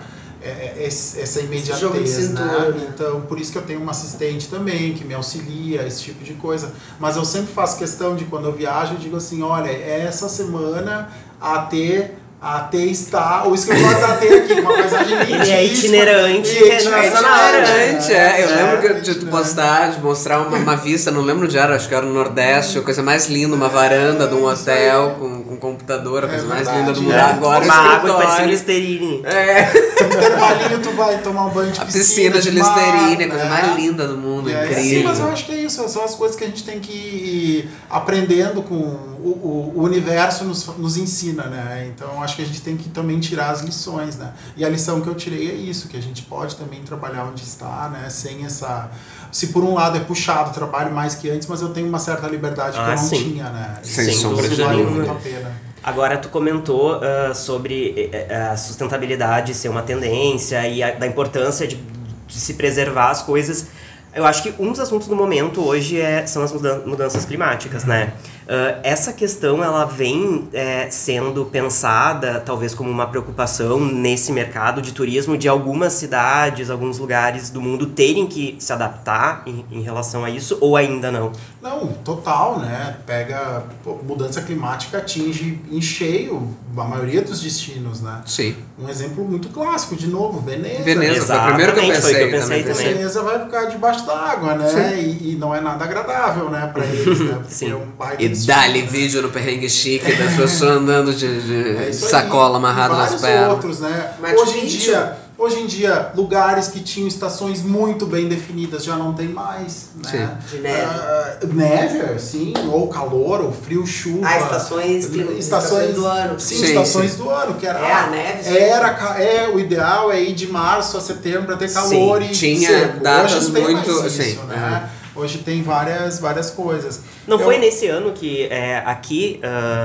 imediatez, né? Então, por isso que eu tenho uma assistente também, que me auxilia, esse tipo de coisa. Mas eu sempre faço questão de, quando eu viajo, eu digo assim, olha, essa semana a AT está, ou isso que eu falo da AT aqui, uma paisagem lindíssima. Ele é itinerante internacional. Eu lembro de tu postar, de mostrar uma vista, não lembro onde era, acho que era no Nordeste, a coisa mais linda, uma varanda de um hotel com computador, a coisa mais linda do mundo. Agora uma água parecendo Listerine. No intervalinho tu vai tomar um banho de piscina. A piscina de Listerine, a coisa mais linda do mundo, incrível. Sim, mas eu acho que é isso, são as coisas que a gente tem que ir aprendendo com o universo nos ensina, né? Então acho que a gente tem que também tirar as lições, né? E a lição que eu tirei é isso, que a gente pode também trabalhar onde está, né? Sem essa... Se por um lado é puxado, trabalho mais que antes, mas eu tenho uma certa liberdade que eu não tinha, né? Sem sombra de vale dúvida. muito a pena. Agora, tu comentou sobre a sustentabilidade ser uma tendência e da importância de se preservar as coisas. Eu acho que um dos assuntos do momento hoje são as mudanças climáticas, né? Essa questão, ela vem sendo pensada, talvez como uma preocupação nesse mercado de turismo, de algumas cidades, alguns lugares do mundo terem que se adaptar em relação a isso, ou ainda não? Não, total, né? Mudança climática atinge em cheio a maioria dos destinos, né? Sim. Um exemplo muito clássico, de novo, Veneza. Veneza, foi o primeiro que eu pensei também. Veneza vai ficar debaixo d'água, né? E não é nada agradável, né, pra eles, né? Porque Sim. é um baita E destino, dá-lhe né? vídeo no perrengue chique das pessoas andando de sacola amarrada nas pernas. Vários outros, né? Hoje em dia, lugares que tinham estações muito bem definidas já não tem mais, né? Sim. De neve. Neve, sim, ou calor, ou frio, chuva. Estações do ano. Sim, estações do ano, que era... a neve. O ideal é ir de março a setembro para ter calor e tinha seco. datas Hoje não tem muito... mais isso, né? Hoje tem várias coisas. Não foi nesse ano que aqui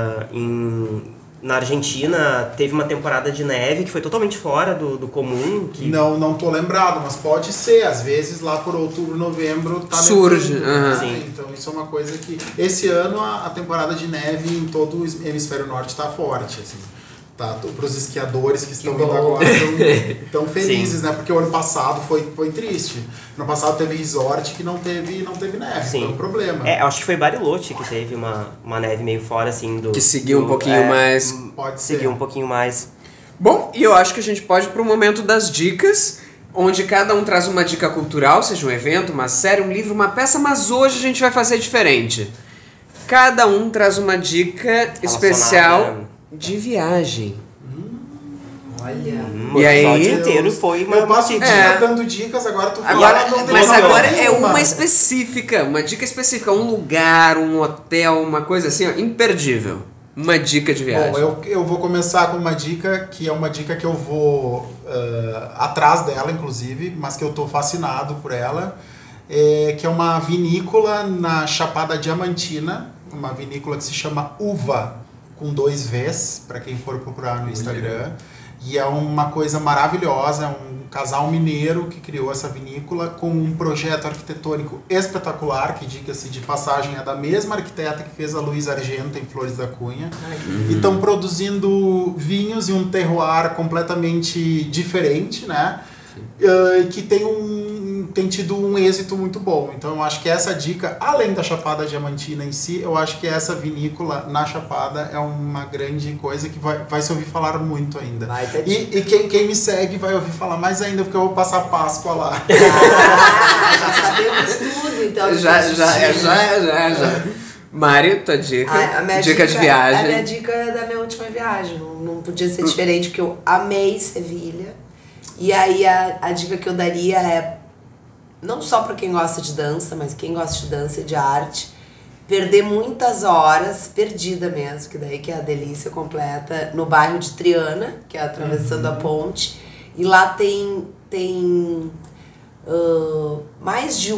na Argentina teve uma temporada de neve que foi totalmente fora do comum? Que... Não tô lembrado, mas pode ser. Às vezes lá por outubro, novembro tá surge. Né? Então isso é uma coisa que... Esse ano a temporada de neve em todo o hemisfério norte tá forte, assim. Tá, para os esquiadores que estão indo agora estão felizes, Sim. né? Porque o ano passado foi triste. No ano passado teve resort que não teve neve, Sim. foi um problema. Acho que foi Bariloche que teve uma neve meio fora, assim, do... Que seguiu um pouquinho mais... Pode ser. Seguiu um pouquinho mais. Bom, e eu acho que a gente pode ir para o momento das dicas, onde cada um traz uma dica cultural, seja um evento, uma série, um livro, uma peça, mas hoje a gente vai fazer diferente. Cada um traz uma dica especial de viagem. Olha. O episódio inteiro foi uma Eu passo o dica. dia dando dicas, agora tu Mas agora é uma específica, uma dica específica, um lugar, um hotel, uma coisa assim, ó, imperdível. Uma dica de viagem. Bom, eu vou começar com uma dica que é uma dica que eu vou atrás dela, inclusive, mas que eu tô fascinado por ela, que é uma vinícola na Chapada Diamantina, uma vinícola que se chama Uva, com 2 Vs, para quem for procurar no Instagram. E é uma coisa maravilhosa, é um casal mineiro que criou essa vinícola com um projeto arquitetônico espetacular, que, diga-se de passagem, é da mesma arquiteta que fez a Luísa Argenta em Flores da Cunha. E estão produzindo vinhos em um terroir completamente diferente, né? Que tem um tem tido um êxito muito bom. Então eu acho que essa dica, além da Chapada Diamantina em si, eu acho que essa vinícola na Chapada é uma grande coisa que vai se ouvir falar muito ainda. E quem me segue vai ouvir falar mais ainda, porque eu vou passar Páscoa lá. Já sabemos tudo, então. Já. Mário, tua dica. Dica de viagem. A minha dica é da minha última viagem. Não podia ser diferente, porque eu amei Sevilha. E aí a dica que eu daria é, não só para quem gosta de dança, mas quem gosta de dança e de arte, perder muitas horas, perdida mesmo, que daí que é a delícia completa, no bairro de Triana, que é atravessando a ponte. E lá tem mais de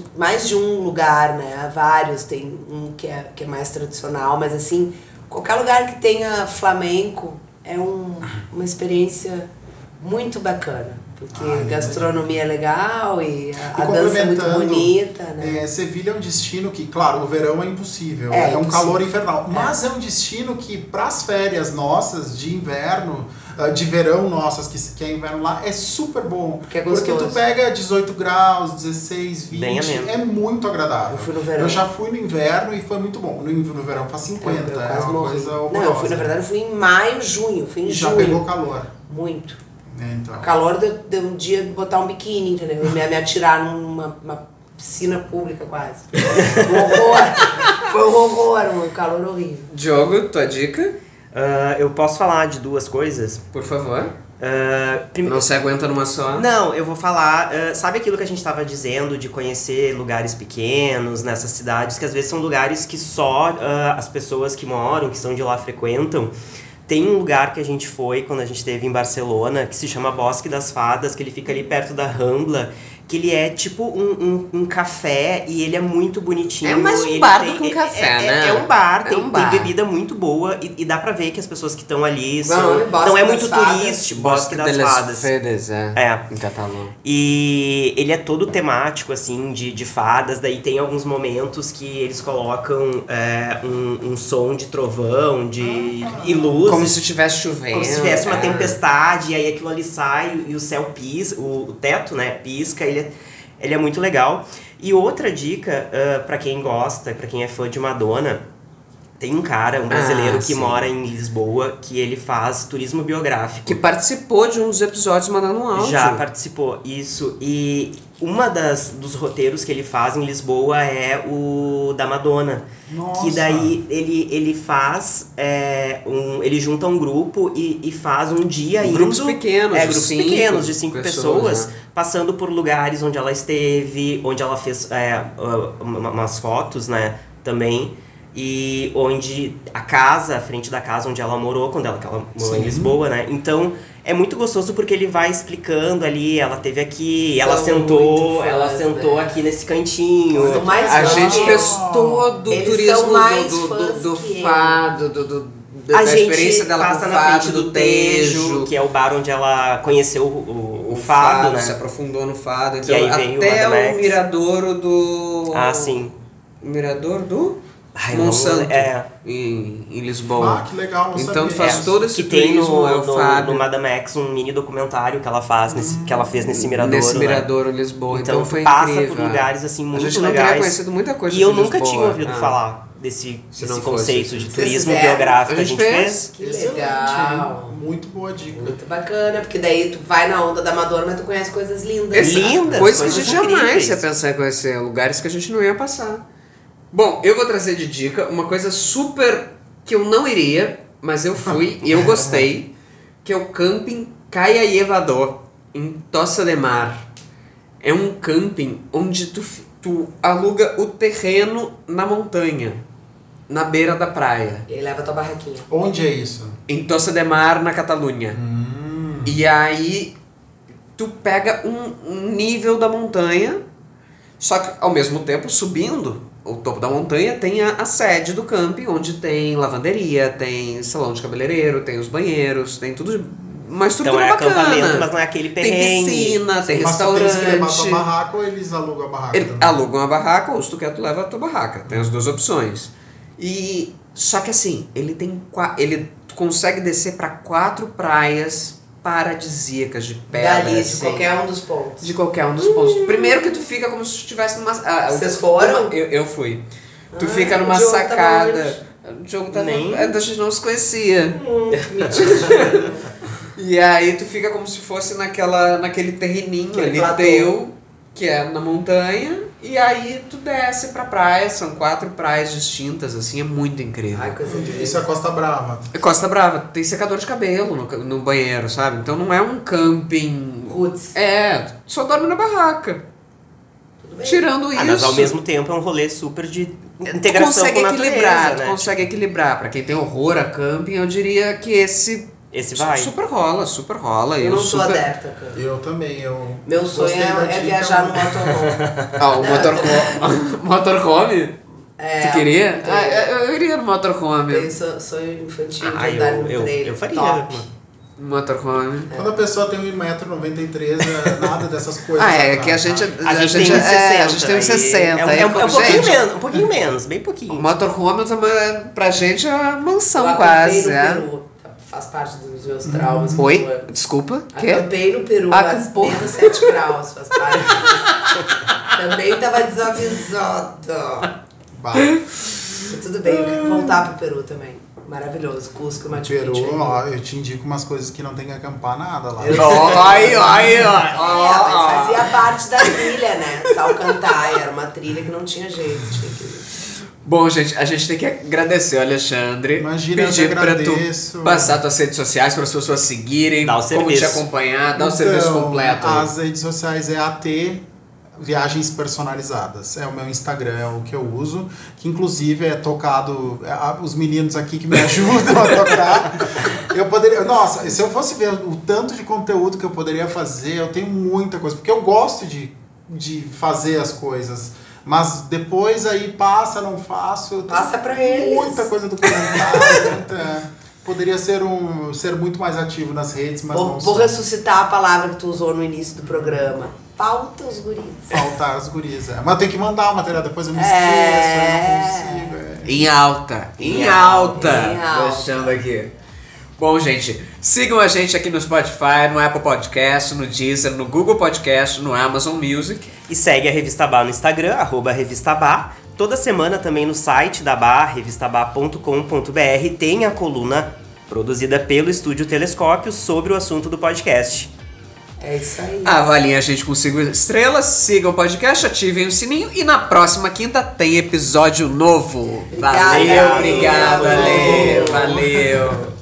um lugar, né? Vários, tem um que é mais tradicional, mas assim, qualquer lugar que tenha flamenco é uma experiência muito bacana, porque a gastronomia é legal e a dança é muito bonita, né? Sevilha é um destino que, claro, o verão é impossível, é um calor infernal, mas é um destino que, para as férias nossas de inverno, de verão nossas, que é inverno lá, é super bom. Porque é gostoso. Porque tu pega 18 graus, 16, 20, é muito agradável. Eu fui no verão. Eu já fui no inverno e foi muito bom. No verão faz 50, é uma coisa horrorosa. Não, eu fui em maio, junho, fui em junho. Já pegou calor. Muito. Então. O calor deu um dia de botar um biquíni, entendeu? E me atirar numa piscina pública quase. Um horror. Foi um horror, um calor horrível. Diogo, tua dica? Eu posso falar de duas coisas? Por favor. Não se aguenta numa só? Não, eu vou falar... sabe aquilo que a gente estava dizendo de conhecer lugares pequenos nessas cidades, que às vezes são lugares que só as pessoas que moram, que são de lá, frequentam? Tem um lugar que a gente foi quando a gente esteve em Barcelona, que se chama Bosque das Fadas, que ele fica ali perto da Rambla, que ele é tipo um café e ele é muito bonitinho. É mais um bar do que um café, né? É um bar, tem bar. bebida muito boa e dá pra ver que as pessoas que estão ali não é muito turístico. Bosque das Fadas. Em catalão. E ele é todo temático, assim, de fadas, daí tem alguns momentos que eles colocam um som de trovão, e luz. Como se estivesse chovendo. Como se tivesse uma tempestade, e aí aquilo ali sai e o céu pisca, o teto, né, pisca, ele é muito legal. E outra dica, pra quem gosta, pra quem é fã de Madonna, tem um cara, um brasileiro que mora em Lisboa, que ele faz turismo biográfico. Que participou de um dos episódios mandando um áudio. Já participou, isso. E uma dos roteiros que ele faz em Lisboa é o da Madonna. Nossa. Que daí ele faz, ele junta um grupo e faz um dia indo... Grupos pequenos, grupos pequenos, de 5 pessoas, passando por lugares onde ela esteve, onde ela fez umas fotos, né, também. E onde a frente da casa onde ela morou, quando ela morou em Lisboa, né? Então, é muito gostoso porque ele vai explicando ali, ela teve aqui, ela sentou aqui nesse cantinho. A gente fez todo o turismo do fado, da experiência dela com o fado, do Tejo, que é o bar onde ela conheceu o fado, né? Se aprofundou no fado. Então, e aí veio até o miradouro do... sim. O mirador do... Monsanto, em Lisboa. Que legal, não então sabia. Faz todo esse que tem no Madame X um mini documentário que ela faz que ela fez nesse miradouro. Nesse miradouro, em Lisboa. Então foi passa incrível. Por lugares assim muito legais. A gente não teria conhecido muita coisa e eu nunca tinha ouvido falar desse conceito de turismo biográfico. A gente fez. Que legal. Muito boa dica. Muito bacana, porque daí tu vai na onda da Madonna, mas tu conhece coisas lindas. Lindas. Coisas que a gente jamais ia pensar em conhecer. Lugares que a gente não ia passar. Bom, eu vou trazer de dica uma coisa super que eu não iria, mas eu fui e eu gostei, que é o Camping Caia e Evador, em Tossa de Mar. É um camping onde tu aluga o terreno na montanha, na beira da praia. E aí leva tua barraquinha. Onde é isso? Em Tossa de Mar, na Catalunha. E aí tu pega um nível da montanha, só que ao mesmo tempo subindo o topo da montanha tem a sede do camping, onde tem lavanderia, tem salão de cabeleireiro, tem os banheiros, tem tudo, uma estrutura bacana. Então é acampamento, mas não é aquele perrengue. Tem piscina, tem restaurante. Mas tu tem que levar tua barraca ou eles alugam a barraca? Eles alugam a barraca ou se tu quer tu leva a tua barraca, tem as duas opções. Só que assim, ele consegue descer para 4 praias paradisíacas de pedra. Dali, de assim. qualquer um dos pontos. De qualquer um dos pontos. Primeiro que tu fica como se tu estivesse numa... Vocês foram? Eu fui. Tu fica numa o Diogo tava sacada. O Diogo tava... Nem- A gente não se conhecia. Mentira. E aí tu fica como se fosse naquele terreninho Aquele ali platô. teu, que é na montanha, e aí tu desce pra praia, são 4 praias distintas, assim, é muito incrível. Ai, coisa de Isso é Costa Brava. Costa Brava, tem secador de cabelo no banheiro, sabe? Então não é um camping... Roots. É, só dorme na barraca. Tudo bem. Tirando isso... Mas ao mesmo tempo é um rolê super de integração consegue com a equilibrar, natureza, tu né? consegue equilibrar. Pra quem tem horror a camping, eu diria que esse vai. super rola. Eu não sou super... adepta, cara. Eu também, Meu sonho gostei da é dica. viajar no motorhome. Ah, o motorhome. Motorhome? É, Tu queria? tenho. Eu iria no motorhome. Tenho sonho infantil de Ah, andar no trailer. eu faria. Top. Motorhome. Quando a pessoa tem 1,93 m, nada dessas coisas. Ah, é atrás, que a gente... tá? A gente tem uns 60. a gente tem uns aí 60. É, aí, um pouquinho gente, menos, um pouquinho menos, bem O pouquinho. motorhome pra gente é uma mansão Eu acampei quase. no É. Peru. Faz parte dos meus traumas. Oi? Desculpa? Quê? Acampei no Peru, Acampou. mas menos 7 graus. Faz parte. Também tava desavisado. Bah, Tudo bem, eu quero voltar pro Peru também. Maravilhoso. Cusco, Machu Peru, Picchu. ó, eu te indico umas coisas que não tem que acampar nada lá. Ai. Mas fazia parte da trilha, né? Salcantay, era uma trilha que não tinha jeito, tinha que ir. Bom, gente, a gente tem que agradecer o Alexandre. Imagina, eu pedir que pra agradeço. tu passar tuas redes sociais para as pessoas seguirem, Dá o como te serviço. acompanhar, dar o serviço completo. As redes sociais é AT Viagens Personalizadas. É o meu Instagram, é o que eu uso. Que inclusive é tocado. Os meninos aqui que me ajudam a tocar. Eu poderia. Nossa, se eu fosse ver o tanto de conteúdo que eu poderia fazer, eu tenho muita coisa. Porque eu gosto de fazer as coisas. Mas depois aí passa, não faço. Eu tenho Passa pra eles. muita coisa documentada. Poderia ser muito mais ativo nas redes, mas não Vou sou. ressuscitar a palavra que tu usou no início do programa. Pauta os guris. Faltar as gurias. Mas eu tenho que mandar o material, depois eu me esqueço, eu não consigo. Em alta. Em alta. Em alta. Deixando aqui. Bom, gente, sigam a gente aqui no Spotify, no Apple Podcast, no Deezer, no Google Podcast, no Amazon Music. E segue a Revista Bá no Instagram, @revistabá. Toda semana também no site da Bá, revistabá.com.br, tem a coluna produzida pelo Estúdio Telescópio sobre o assunto do podcast. É isso aí. Avaliem a gente com 5 estrelas, sigam o podcast, ativem o sininho e na próxima quinta tem episódio novo. Obrigada. Valeu, obrigado, valeu.